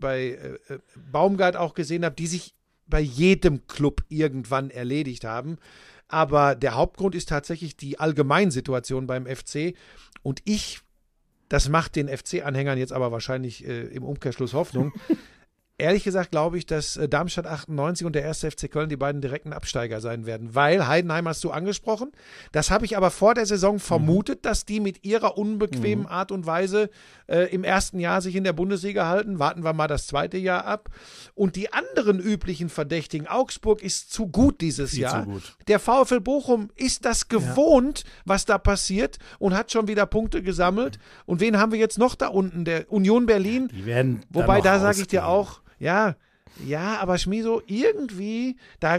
Baumgart auch gesehen habe, die sich bei jedem Club irgendwann erledigt haben. Aber der Hauptgrund ist tatsächlich die Allgemeinsituation beim FC. Und das macht den FC-Anhängern jetzt aber wahrscheinlich im Umkehrschluss Hoffnung. Ehrlich gesagt glaube ich, dass Darmstadt 98 und der 1. FC Köln die beiden direkten Absteiger sein werden, weil Heidenheim hast du angesprochen. Das habe ich aber vor der Saison vermutet, dass die mit ihrer unbequemen Art und Weise im ersten Jahr sich in der Bundesliga halten. Warten wir mal das zweite Jahr ab. Und die anderen üblichen Verdächtigen, Augsburg ist zu gut dieses Jahr. Zu gut. Der VfL Bochum ist das gewohnt, was da passiert und hat schon wieder Punkte gesammelt. Und wen haben wir jetzt noch da unten? Der Union Berlin. Die werden Wobei, da sage ich dir auch, ja, aber Schmieso, irgendwie, da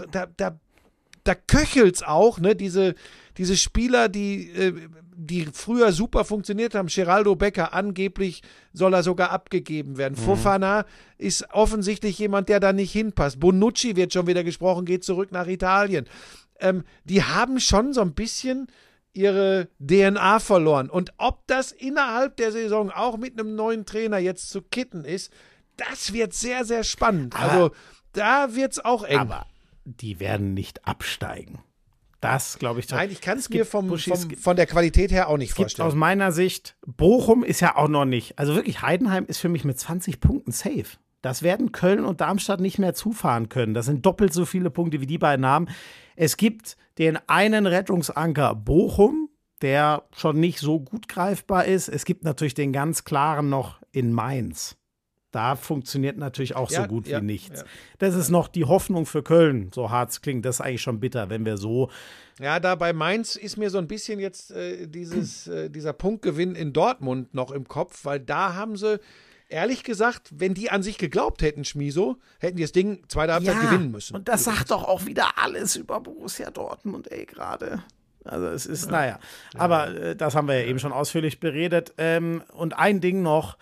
köchelt's auch, ne, diese Spieler, die früher super funktioniert haben. Geraldo Becker, angeblich soll er sogar abgegeben werden. Fofana ist offensichtlich jemand, der da nicht hinpasst. Bonucci wird schon wieder gesprochen, geht zurück nach Italien. Die haben schon so ein bisschen ihre DNA verloren. Und ob das innerhalb der Saison auch mit einem neuen Trainer jetzt zu kitten ist, das wird sehr, sehr spannend. Also da wird es auch eng. Aber die werden nicht absteigen. Das glaube ich. Nein, ich kann es mir von der Qualität her auch nicht vorstellen. Aus meiner Sicht, Bochum ist ja auch noch nicht. Also wirklich, Heidenheim ist für mich mit 20 Punkten safe. Das werden Köln und Darmstadt nicht mehr zufahren können. Das sind doppelt so viele Punkte, wie die beiden haben. Es gibt den einen Rettungsanker Bochum, der schon nicht so gut greifbar ist. Es gibt natürlich den ganz klaren noch in Mainz. Da funktioniert natürlich auch so gut wie nichts. Ja. Das ist noch die Hoffnung für Köln, so hart es klingt. Das ist eigentlich schon bitter, wenn wir so. Ja, da bei Mainz ist mir so ein bisschen jetzt dieser Punktgewinn in Dortmund noch im Kopf, weil da haben sie, ehrlich gesagt, wenn die an sich geglaubt hätten, Schmieso, hätten die das Ding zweite Halbzeit gewinnen müssen. Und das sagt doch auch wieder alles über Borussia Dortmund, gerade. Also es ist, aber das haben wir ja eben schon ausführlich beredet. Und ein Ding noch,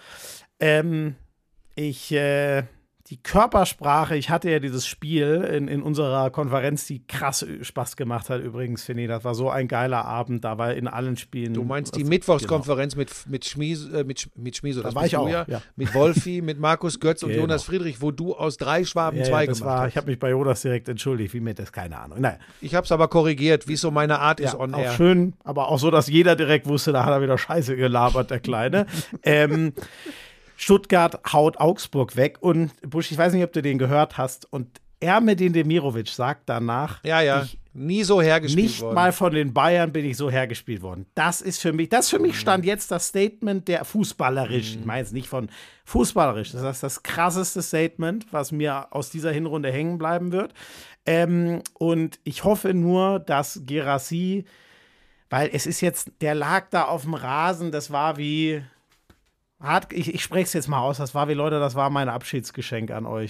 die Körpersprache, ich hatte ja dieses Spiel in unserer Konferenz, die krass Spaß gemacht hat übrigens, finde ich. Das war so ein geiler Abend, da war in allen Spielen. Du meinst die Mittwochskonferenz mit Schmieso, da war ich auch, ja. Mit Wolfi, mit Markus Götz und Jonas Friedrich, wo du aus 3 Schwaben 2 gemacht hast. Ich habe mich bei Jonas direkt entschuldigt, wie mir das, keine Ahnung. Naja. Ich habe es aber korrigiert, wie es so meine Art ist on air. Auch schön, aber auch so, dass jeder direkt wusste, da hat er wieder Scheiße gelabert, der Kleine. Stuttgart haut Augsburg weg und Busch, ich weiß nicht, ob du den gehört hast, und Ermedin Demirovic sagt danach, nie so hergespielt nicht worden. Mal von den Bayern bin ich so hergespielt worden. Das ist für mich stand jetzt das Statement der fußballerisch, ich meine jetzt nicht von fußballerisch, das heißt das krasseste Statement, was mir aus dieser Hinrunde hängen bleiben wird. Und ich hoffe nur, dass Guirassy, weil es ist jetzt, der lag da auf dem Rasen, das war wie ich spreche es jetzt mal aus, das war mein Abschiedsgeschenk an euch.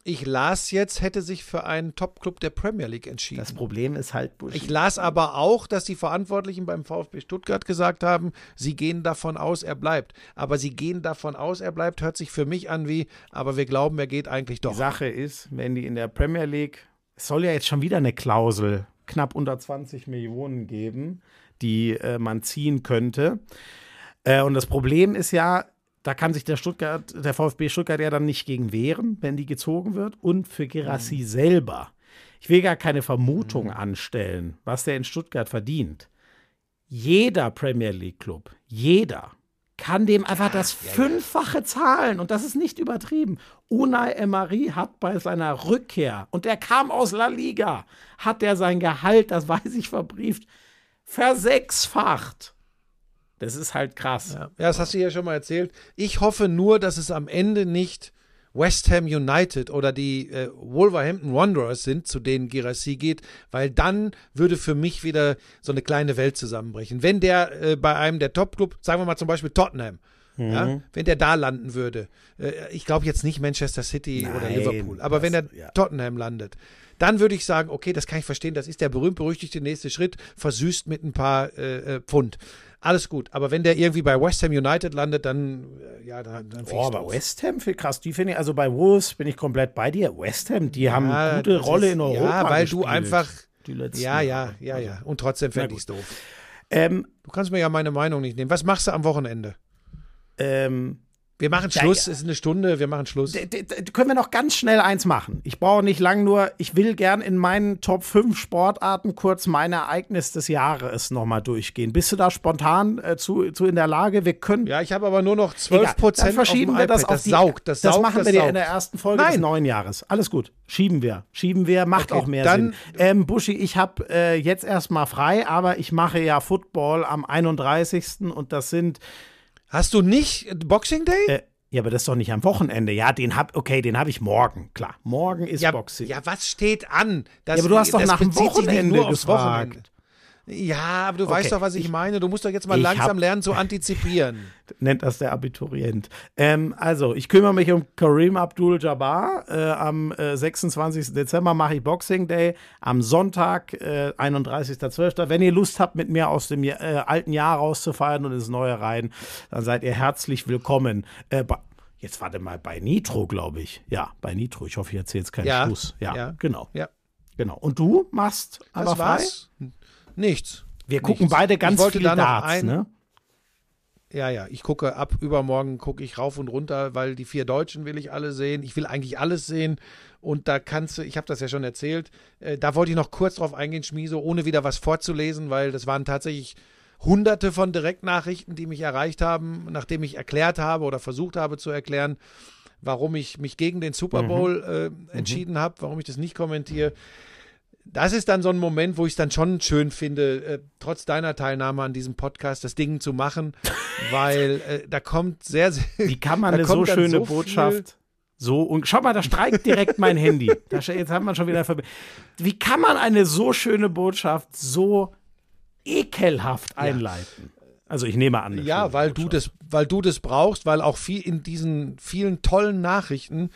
Ich las jetzt, hätte sich für einen Top-Club der Premier League entschieden. Das Problem ist halt, Buschi. Ich las aber auch, dass die Verantwortlichen beim VfB Stuttgart gesagt haben, sie gehen davon aus, er bleibt. Aber sie gehen davon aus, er bleibt, hört sich für mich an wie, aber wir glauben, er geht eigentlich doch. Die Sache ist, wenn die in der Premier League, es soll ja jetzt schon wieder eine Klausel, knapp unter 20 Millionen geben, die man ziehen könnte. Und das Problem ist ja, da kann sich der VfB Stuttgart ja dann nicht gegen wehren, wenn die gezogen wird. Und für Guirassy selber. Ich will gar keine Vermutung anstellen, was der in Stuttgart verdient. Jeder Premier League Club, jeder, kann dem einfach das Fünffache zahlen. Und das ist nicht übertrieben. Unai Emery hat bei seiner Rückkehr, und der kam aus La Liga, hat er sein Gehalt, das weiß ich verbrieft, versechsfacht. Das ist halt krass. Ja, das hast du ja schon mal erzählt. Ich hoffe nur, dass es am Ende nicht West Ham United oder die Wolverhampton Wanderers sind, zu denen Guirassy geht, weil dann würde für mich wieder so eine kleine Welt zusammenbrechen. Wenn der bei einem der Top-Club, sagen wir mal zum Beispiel Tottenham, ja, wenn der da landen würde, ich glaube jetzt nicht Manchester City oder Liverpool, aber wenn er Tottenham landet, dann würde ich sagen, okay, das kann ich verstehen, das ist der berühmt-berüchtigte nächste Schritt, versüßt mit ein paar Pfund. Alles gut, aber wenn der irgendwie bei West Ham United landet, dann finde ich aber West Ham, krass, die finde ich, also bei Wolves bin ich komplett bei dir. West Ham, die haben eine gute Rolle in Europa Ja, weil gespielt, du einfach, die letzten ja, und trotzdem fände ich es doof. Du kannst mir ja meine Meinung nicht nehmen. Was machst du am Wochenende? Wir machen Schluss, es ist eine Stunde, wir machen Schluss. Können wir noch ganz schnell eins machen? Ich brauche nicht lang, nur ich will gern in meinen Top 5 Sportarten kurz mein Ereignis des Jahres nochmal durchgehen. Bist du da spontan zu in der Lage? Wir können. Ja, ich habe aber nur noch 12% dann verschieben auf dem wir iPad. das auf Das das saugt, machen wir dir in der ersten Folge des neuen Jahres. Alles gut. Schieben wir. Macht Okay, auch mehr dann, Sinn. Buschi, ich habe jetzt erstmal frei, aber ich mache ja Football am 31. und das sind. Hast du nicht Boxing Day? Ja, aber das ist doch nicht am Wochenende. Ja, den hab ich morgen. Klar, morgen ist Boxing. Ja, was steht an? Aber du hast doch nach dem Wochenende gefragt. Ja, aber du weißt doch, was ich meine. Du musst doch jetzt mal langsam lernen zu antizipieren. Nennt das der Abiturient. Also, ich kümmere mich um Kareem Abdul-Jabbar. Am 26. Dezember mache ich Boxing Day. Am Sonntag, 31.12. Wenn ihr Lust habt, mit mir aus dem alten Jahr rauszufeiern und ins neue rein, dann seid ihr herzlich willkommen. Jetzt warte mal, bei Nitro, glaube ich. Ja, bei Nitro. Ich hoffe, ich erzähle jetzt keinen Schluss. Ja, genau. Ja. Genau. Und du machst aber das war's? Frei? Nichts. Wir gucken beide ganz viel Darts, ne? Ja, ich gucke übermorgen gucke ich rauf und runter, weil die 4 Deutschen will ich alle sehen. Ich will eigentlich alles sehen und da ich habe das ja schon erzählt, da wollte ich noch kurz drauf eingehen, Schmieso, ohne wieder was vorzulesen, weil das waren tatsächlich Hunderte von Direktnachrichten, die mich erreicht haben, nachdem ich erklärt habe oder versucht habe zu erklären, warum ich mich gegen den Super Bowl entschieden habe, warum ich das nicht kommentiere. Das ist dann so ein Moment, wo ich es dann schon schön finde, trotz deiner Teilnahme an diesem Podcast das Ding zu machen, weil da kommt sehr, sehr. Wie kann man eine so schöne Botschaft und schau mal, da streikt direkt mein Handy. Jetzt haben wir schon wieder Wie kann man eine so schöne Botschaft so ekelhaft einleiten? Also ich nehme an. Ja, weil du das brauchst, weil auch viel in diesen vielen tollen Nachrichten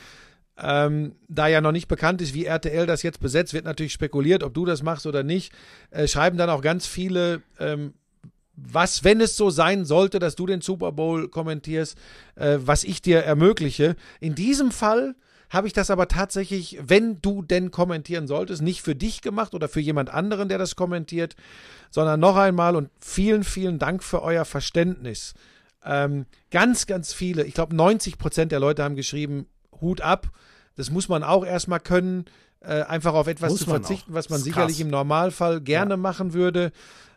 da ja noch nicht bekannt ist, wie RTL das jetzt besetzt, wird natürlich spekuliert, ob du das machst oder nicht, schreiben dann auch ganz viele, was, wenn es so sein sollte, dass du den Super Bowl kommentierst, was ich dir ermögliche. In diesem Fall habe ich das aber tatsächlich, wenn du denn kommentieren solltest, nicht für dich gemacht oder für jemand anderen, der das kommentiert, sondern noch einmal und vielen, vielen Dank für euer Verständnis. Ganz, ganz viele, ich glaube 90% der Leute haben geschrieben, Hut ab. Das muss man auch erstmal können, einfach auf etwas zu verzichten, was man sicherlich im Normalfall gerne machen würde.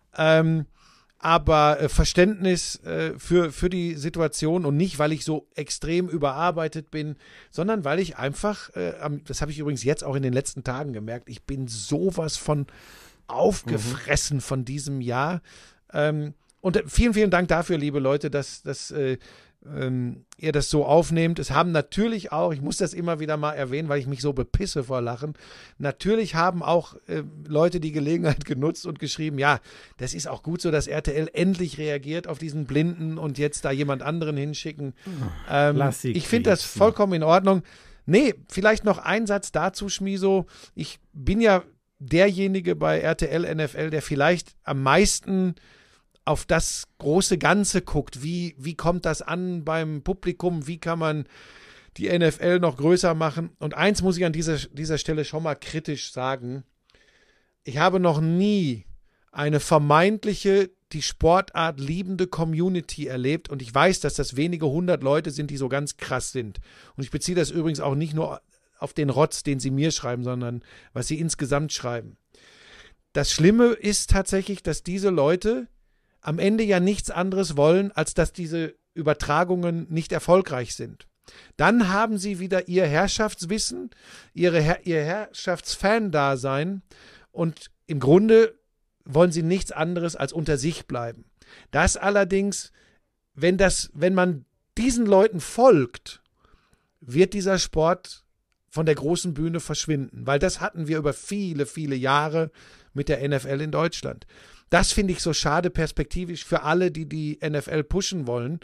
Aber Verständnis für die Situation und nicht, weil ich so extrem überarbeitet bin, sondern weil ich einfach, das habe ich übrigens jetzt auch in den letzten Tagen gemerkt, ich bin sowas von aufgefressen von diesem Jahr. Und vielen, vielen Dank dafür, liebe Leute, dass ihr das so aufnehmt. Es haben natürlich auch, ich muss das immer wieder mal erwähnen, weil ich mich so bepisse vor Lachen, natürlich haben auch Leute die Gelegenheit genutzt und geschrieben, ja, das ist auch gut so, dass RTL endlich reagiert auf diesen Blinden und jetzt da jemand anderen hinschicken. Ich finde das vollkommen in Ordnung. Nee, vielleicht noch ein Satz dazu, Schmiso. Ich bin ja derjenige bei RTL NFL, der vielleicht am meisten auf das große Ganze guckt. Wie kommt das an beim Publikum? Wie kann man die NFL noch größer machen? Und eins muss ich an dieser Stelle schon mal kritisch sagen. Ich habe noch nie eine vermeintliche, die Sportart liebende Community erlebt. Und ich weiß, dass das wenige 100 Leute sind, die so ganz krass sind. Und ich beziehe das übrigens auch nicht nur auf den Rotz, den sie mir schreiben, sondern was sie insgesamt schreiben. Das Schlimme ist tatsächlich, dass diese Leute am Ende ja nichts anderes wollen, als dass diese Übertragungen nicht erfolgreich sind. Dann haben sie wieder ihr Herrschaftswissen, ihr Herrschaftsfan-Dasein und im Grunde wollen sie nichts anderes als unter sich bleiben. Das allerdings, wenn man diesen Leuten folgt, wird dieser Sport von der großen Bühne verschwinden, weil das hatten wir über viele, viele Jahre mit der NFL in Deutschland. Das finde ich so schade perspektivisch für alle, die die NFL pushen wollen,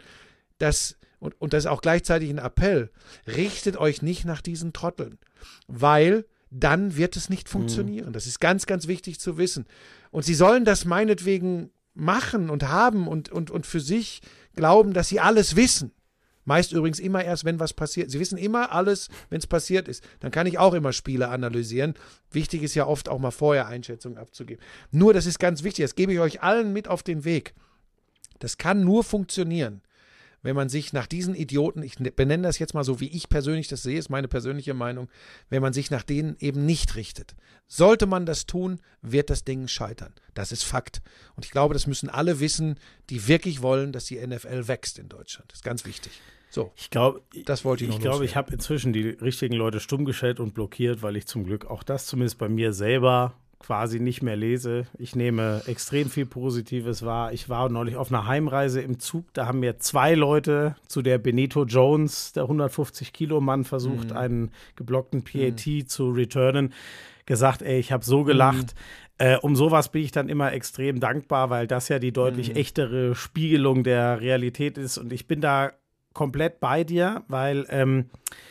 und das ist auch gleichzeitig ein Appell, richtet euch nicht nach diesen Trotteln, weil dann wird es nicht funktionieren. Das ist ganz, ganz wichtig zu wissen. Und sie sollen das meinetwegen machen und haben und für sich glauben, dass sie alles wissen. Meist übrigens immer erst, wenn was passiert. Sie wissen immer alles, wenn es passiert ist. Dann kann ich auch immer Spiele analysieren. Wichtig ist ja oft auch mal vorher Einschätzungen abzugeben. Nur, das ist ganz wichtig, das gebe ich euch allen mit auf den Weg. Das kann nur funktionieren, wenn man sich nach diesen Idioten, ich benenne das jetzt mal so, wie ich persönlich das sehe, ist meine persönliche Meinung, wenn man sich nach denen eben nicht richtet. Sollte man das tun, wird das Ding scheitern. Das ist Fakt. Und ich glaube, das müssen alle wissen, die wirklich wollen, dass die NFL wächst in Deutschland. Das ist ganz wichtig. So, das wollte ich noch loswerden. Ich glaube, ich habe inzwischen die richtigen Leute stumm gestellt und blockiert, weil ich zum Glück auch das zumindest bei mir selber quasi nicht mehr lese. Ich nehme extrem viel Positives wahr. Ich war neulich auf einer Heimreise im Zug, da haben mir 2 Leute zu der Benito Jones, der 150-Kilo-Mann, versucht, einen geblockten PAT zu returnen, gesagt, ey, ich habe so gelacht. Um sowas bin ich dann immer extrem dankbar, weil das ja die deutlich echtere Spiegelung der Realität ist. Und ich bin da komplett bei dir, weil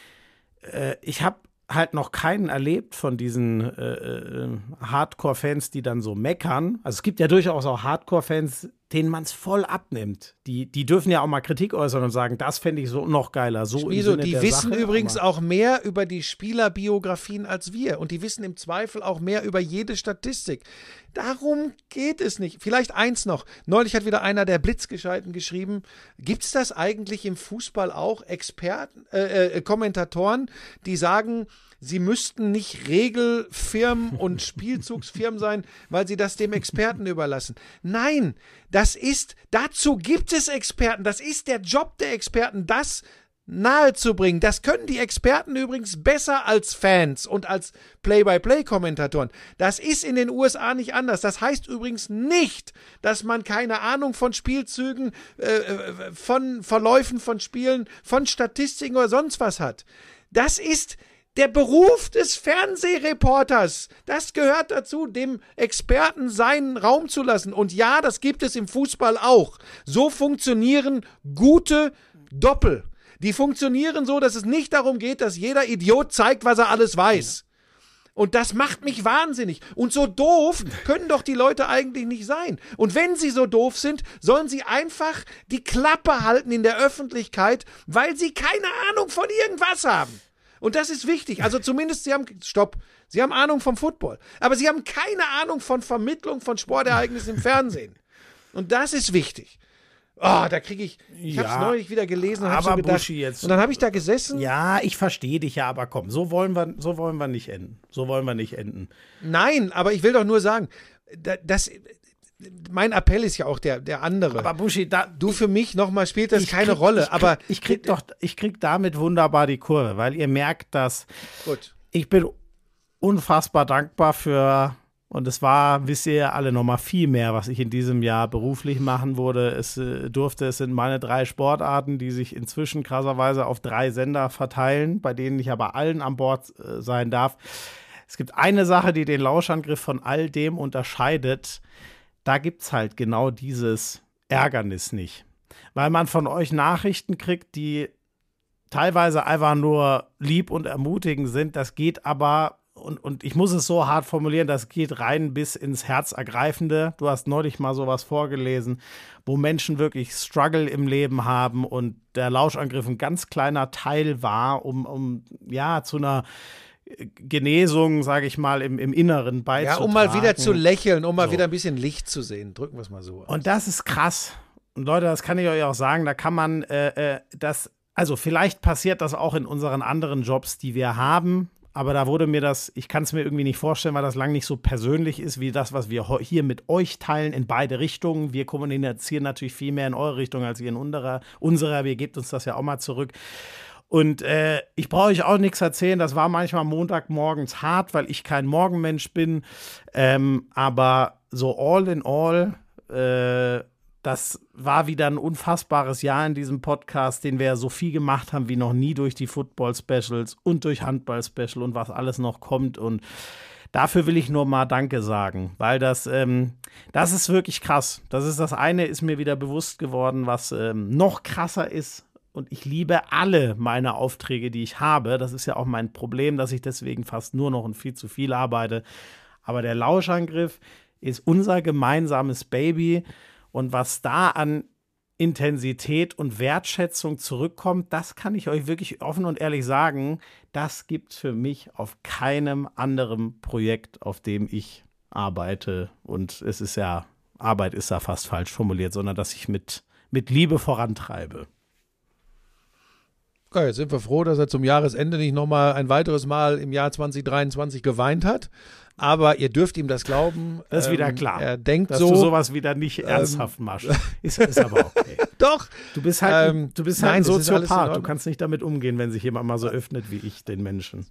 ich habe halt noch keinen erlebt von diesen Hardcore-Fans, die dann so meckern. Also es gibt ja durchaus auch Hardcore-Fans, denen man es voll abnimmt. Die dürfen ja auch mal Kritik äußern und sagen, das fände ich so noch geiler. So Schmiso, die wissen übrigens auch mehr über die Spielerbiografien als wir. Und die wissen im Zweifel auch mehr über jede Statistik. Darum geht es nicht. Vielleicht eins noch. Neulich hat wieder einer der Blitzgescheiten geschrieben, gibt es das eigentlich im Fußball auch Kommentatoren, die sagen, sie müssten nicht Regelfirmen und Spielzugsfirmen sein, weil sie das dem Experten überlassen. Nein, dazu gibt es Experten. Das ist der Job der Experten, das nahezubringen. Das können die Experten übrigens besser als Fans und als Play-by-Play-Kommentatoren. Das ist in den USA nicht anders. Das heißt übrigens nicht, dass man keine Ahnung von Spielzügen, von Verläufen von Spielen, von Statistiken oder sonst was hat. Das ist der Beruf des Fernsehreporters. Das gehört dazu, dem Experten seinen Raum zu lassen. Und ja, das gibt es im Fußball auch. So funktionieren gute Doppel. Die funktionieren so, dass es nicht darum geht, dass jeder Idiot zeigt, was er alles weiß. Und das macht mich wahnsinnig. Und so doof können doch die Leute eigentlich nicht sein. Und wenn sie so doof sind, sollen sie einfach die Klappe halten in der Öffentlichkeit, weil sie keine Ahnung von irgendwas haben. Und das ist wichtig. Also zumindest sie haben Ahnung vom Football. Aber sie haben keine Ahnung von Vermittlung von Sportereignissen im Fernsehen. Und das ist wichtig. Oh, da kriege ich habe es neulich wieder gelesen und habe so gedacht, Buschi, jetzt, und dann habe ich da gesessen. Ja, ich verstehe dich ja, aber komm, so wollen wir nicht enden. So wollen wir nicht enden. Nein, aber ich will doch nur sagen, mein Appell ist ja auch der andere. Aber Buschi, du für mich nochmal spielt das keine Rolle. Ich krieg damit wunderbar die Kurve, weil ihr merkt, dass ich bin unfassbar dankbar für. Und es war, wisst ihr ja alle, noch mal viel mehr, was ich in diesem Jahr beruflich machen wurde. Es sind meine 3 Sportarten, die sich inzwischen krasserweise auf 3 Sender verteilen, bei denen ich aber allen an Bord sein darf. Es gibt eine Sache, die den Lauschangriff von all dem unterscheidet. Da gibt's halt genau dieses Ärgernis nicht. Weil man von euch Nachrichten kriegt, die teilweise einfach nur lieb und ermutigend sind. Das geht aber, und ich muss es so hart formulieren, das geht rein bis ins Herzergreifende. Du hast neulich mal sowas vorgelesen, wo Menschen wirklich Struggle im Leben haben und der Lauschangriff ein ganz kleiner Teil war, um zu einer Genesung, sage ich mal, im Inneren beizutragen. Ja, um mal wieder zu lächeln, um mal wieder ein bisschen Licht zu sehen. Drücken wir es mal so aus. Und das ist krass. Und Leute, das kann ich euch auch sagen, da kann man also vielleicht passiert das auch in unseren anderen Jobs, die wir haben, aber da wurde mir ich kann es mir irgendwie nicht vorstellen, weil das lang nicht so persönlich ist, wie das, was wir hier mit euch teilen, in beide Richtungen. Wir kommunizieren natürlich viel mehr in eure Richtung als ihr in unserer. Ihr gebt uns das ja auch mal zurück. Und ich brauche euch auch nichts erzählen, das war manchmal Montagmorgens hart, weil ich kein Morgenmensch bin. Aber so all in all, das war wieder ein unfassbares Jahr in diesem Podcast, den wir ja so viel gemacht haben wie noch nie durch die Football-Specials und durch Handball-Special und was alles noch kommt. Und dafür will ich nur mal Danke sagen, weil das ist wirklich krass. Das eine ist mir wieder bewusst geworden, was noch krasser ist. Und ich liebe alle meine Aufträge, die ich habe. Das ist ja auch mein Problem, dass ich deswegen fast nur noch und viel zu viel arbeite. Aber der Lauschangriff ist unser gemeinsames Baby. Und was da an Intensität und Wertschätzung zurückkommt, das kann ich euch wirklich offen und ehrlich sagen, das gibt es für mich auf keinem anderen Projekt, auf dem ich arbeite. Und Arbeit ist ja fast falsch formuliert, sondern dass ich mit Liebe vorantreibe. Okay, jetzt sind wir froh, dass er zum Jahresende nicht nochmal ein weiteres Mal im Jahr 2023 geweint hat. Aber ihr dürft ihm das glauben. Das ist wieder klar. Er denkt dass so. Du sowas wieder nicht ernsthaft machst. Ist aber okay. Doch. Du bist halt ein Soziopath. Du kannst kannst nicht damit umgehen, wenn sich jemand mal so öffnet wie ich den Menschen.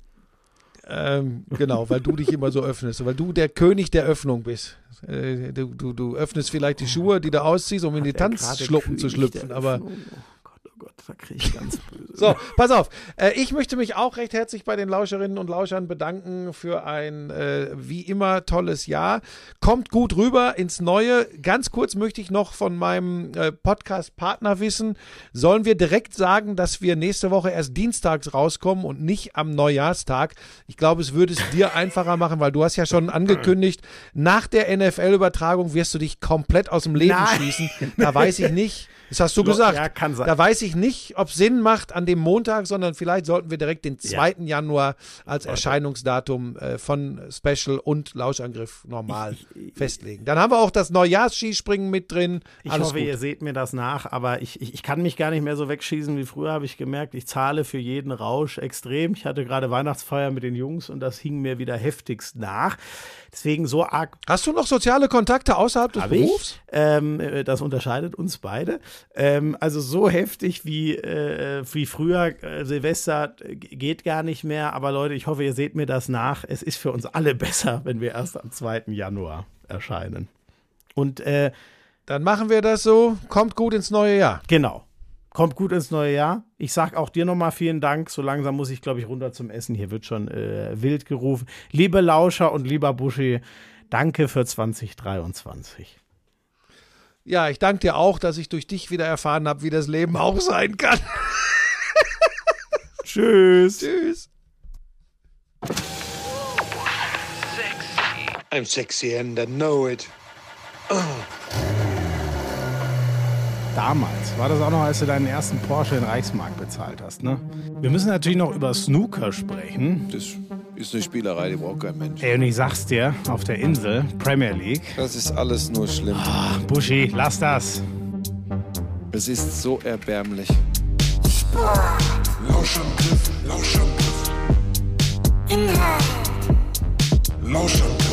Genau, weil du dich immer so öffnest. Weil du der König der Öffnung bist. Du öffnest vielleicht die Schuhe, die du ausziehst, um in die Tanzschluppen zu schlüpfen. Aber Gott, da kriege ich ganz böse. So, pass auf. Ich möchte mich auch recht herzlich bei den Lauscherinnen und Lauschern bedanken für ein wie immer tolles Jahr. Kommt gut rüber ins Neue. Ganz kurz möchte ich noch von meinem Podcast-Partner wissen, sollen wir direkt sagen, dass wir nächste Woche erst dienstags rauskommen und nicht am Neujahrstag? Ich glaube, es würde es dir einfacher machen, weil du hast ja schon angekündigt, nach der NFL-Übertragung wirst du dich komplett aus dem Leben schießen. Da weiß ich nicht. Das hast du gesagt. Ja, kann sein. Da weiß ich nicht, ob es Sinn macht an dem Montag, sondern vielleicht sollten wir direkt den 2. Januar als Erscheinungsdatum von Special und Lauschangriff normal festlegen. Dann haben wir auch das Neujahrsskispringen mit drin. Ich hoffe, ihr seht mir das nach, aber ich kann mich gar nicht mehr so wegschießen wie früher, habe ich gemerkt. Ich zahle für jeden Rausch extrem. Ich hatte gerade Weihnachtsfeier mit den Jungs und das hing mir wieder heftigst nach. Deswegen so arg. Hast du noch soziale Kontakte außerhalb des Berufs? Das unterscheidet uns beide. Also so heftig wie früher, Silvester geht gar nicht mehr. Aber Leute, ich hoffe, ihr seht mir das nach. Es ist für uns alle besser, wenn wir erst am 2. Januar erscheinen. Und dann machen wir das so. Kommt gut ins neue Jahr. Genau. Kommt gut ins neue Jahr. Ich sag auch dir nochmal vielen Dank. So langsam muss ich, glaube ich, runter zum Essen. Hier wird schon wild gerufen. Liebe Lauscher und lieber Buschi, danke für 2023. Ja, ich danke dir auch, dass ich durch dich wieder erfahren habe, wie das Leben auch sein kann. Tschüss. Tschüss. Sexy. I'm sexy and I know it. Damals war das auch noch, als du deinen ersten Porsche in Reichsmark bezahlt hast, ne? Wir müssen natürlich noch über Snooker sprechen. Das ist eine Spielerei, die braucht kein Mensch. Ey, und ich sag's dir, auf der Insel, Premier League. Das ist alles nur schlimm. Buschi, lass das. Es ist so erbärmlich. Lauschangriff, Lauschangriff. Inhalt. Lauschangriff.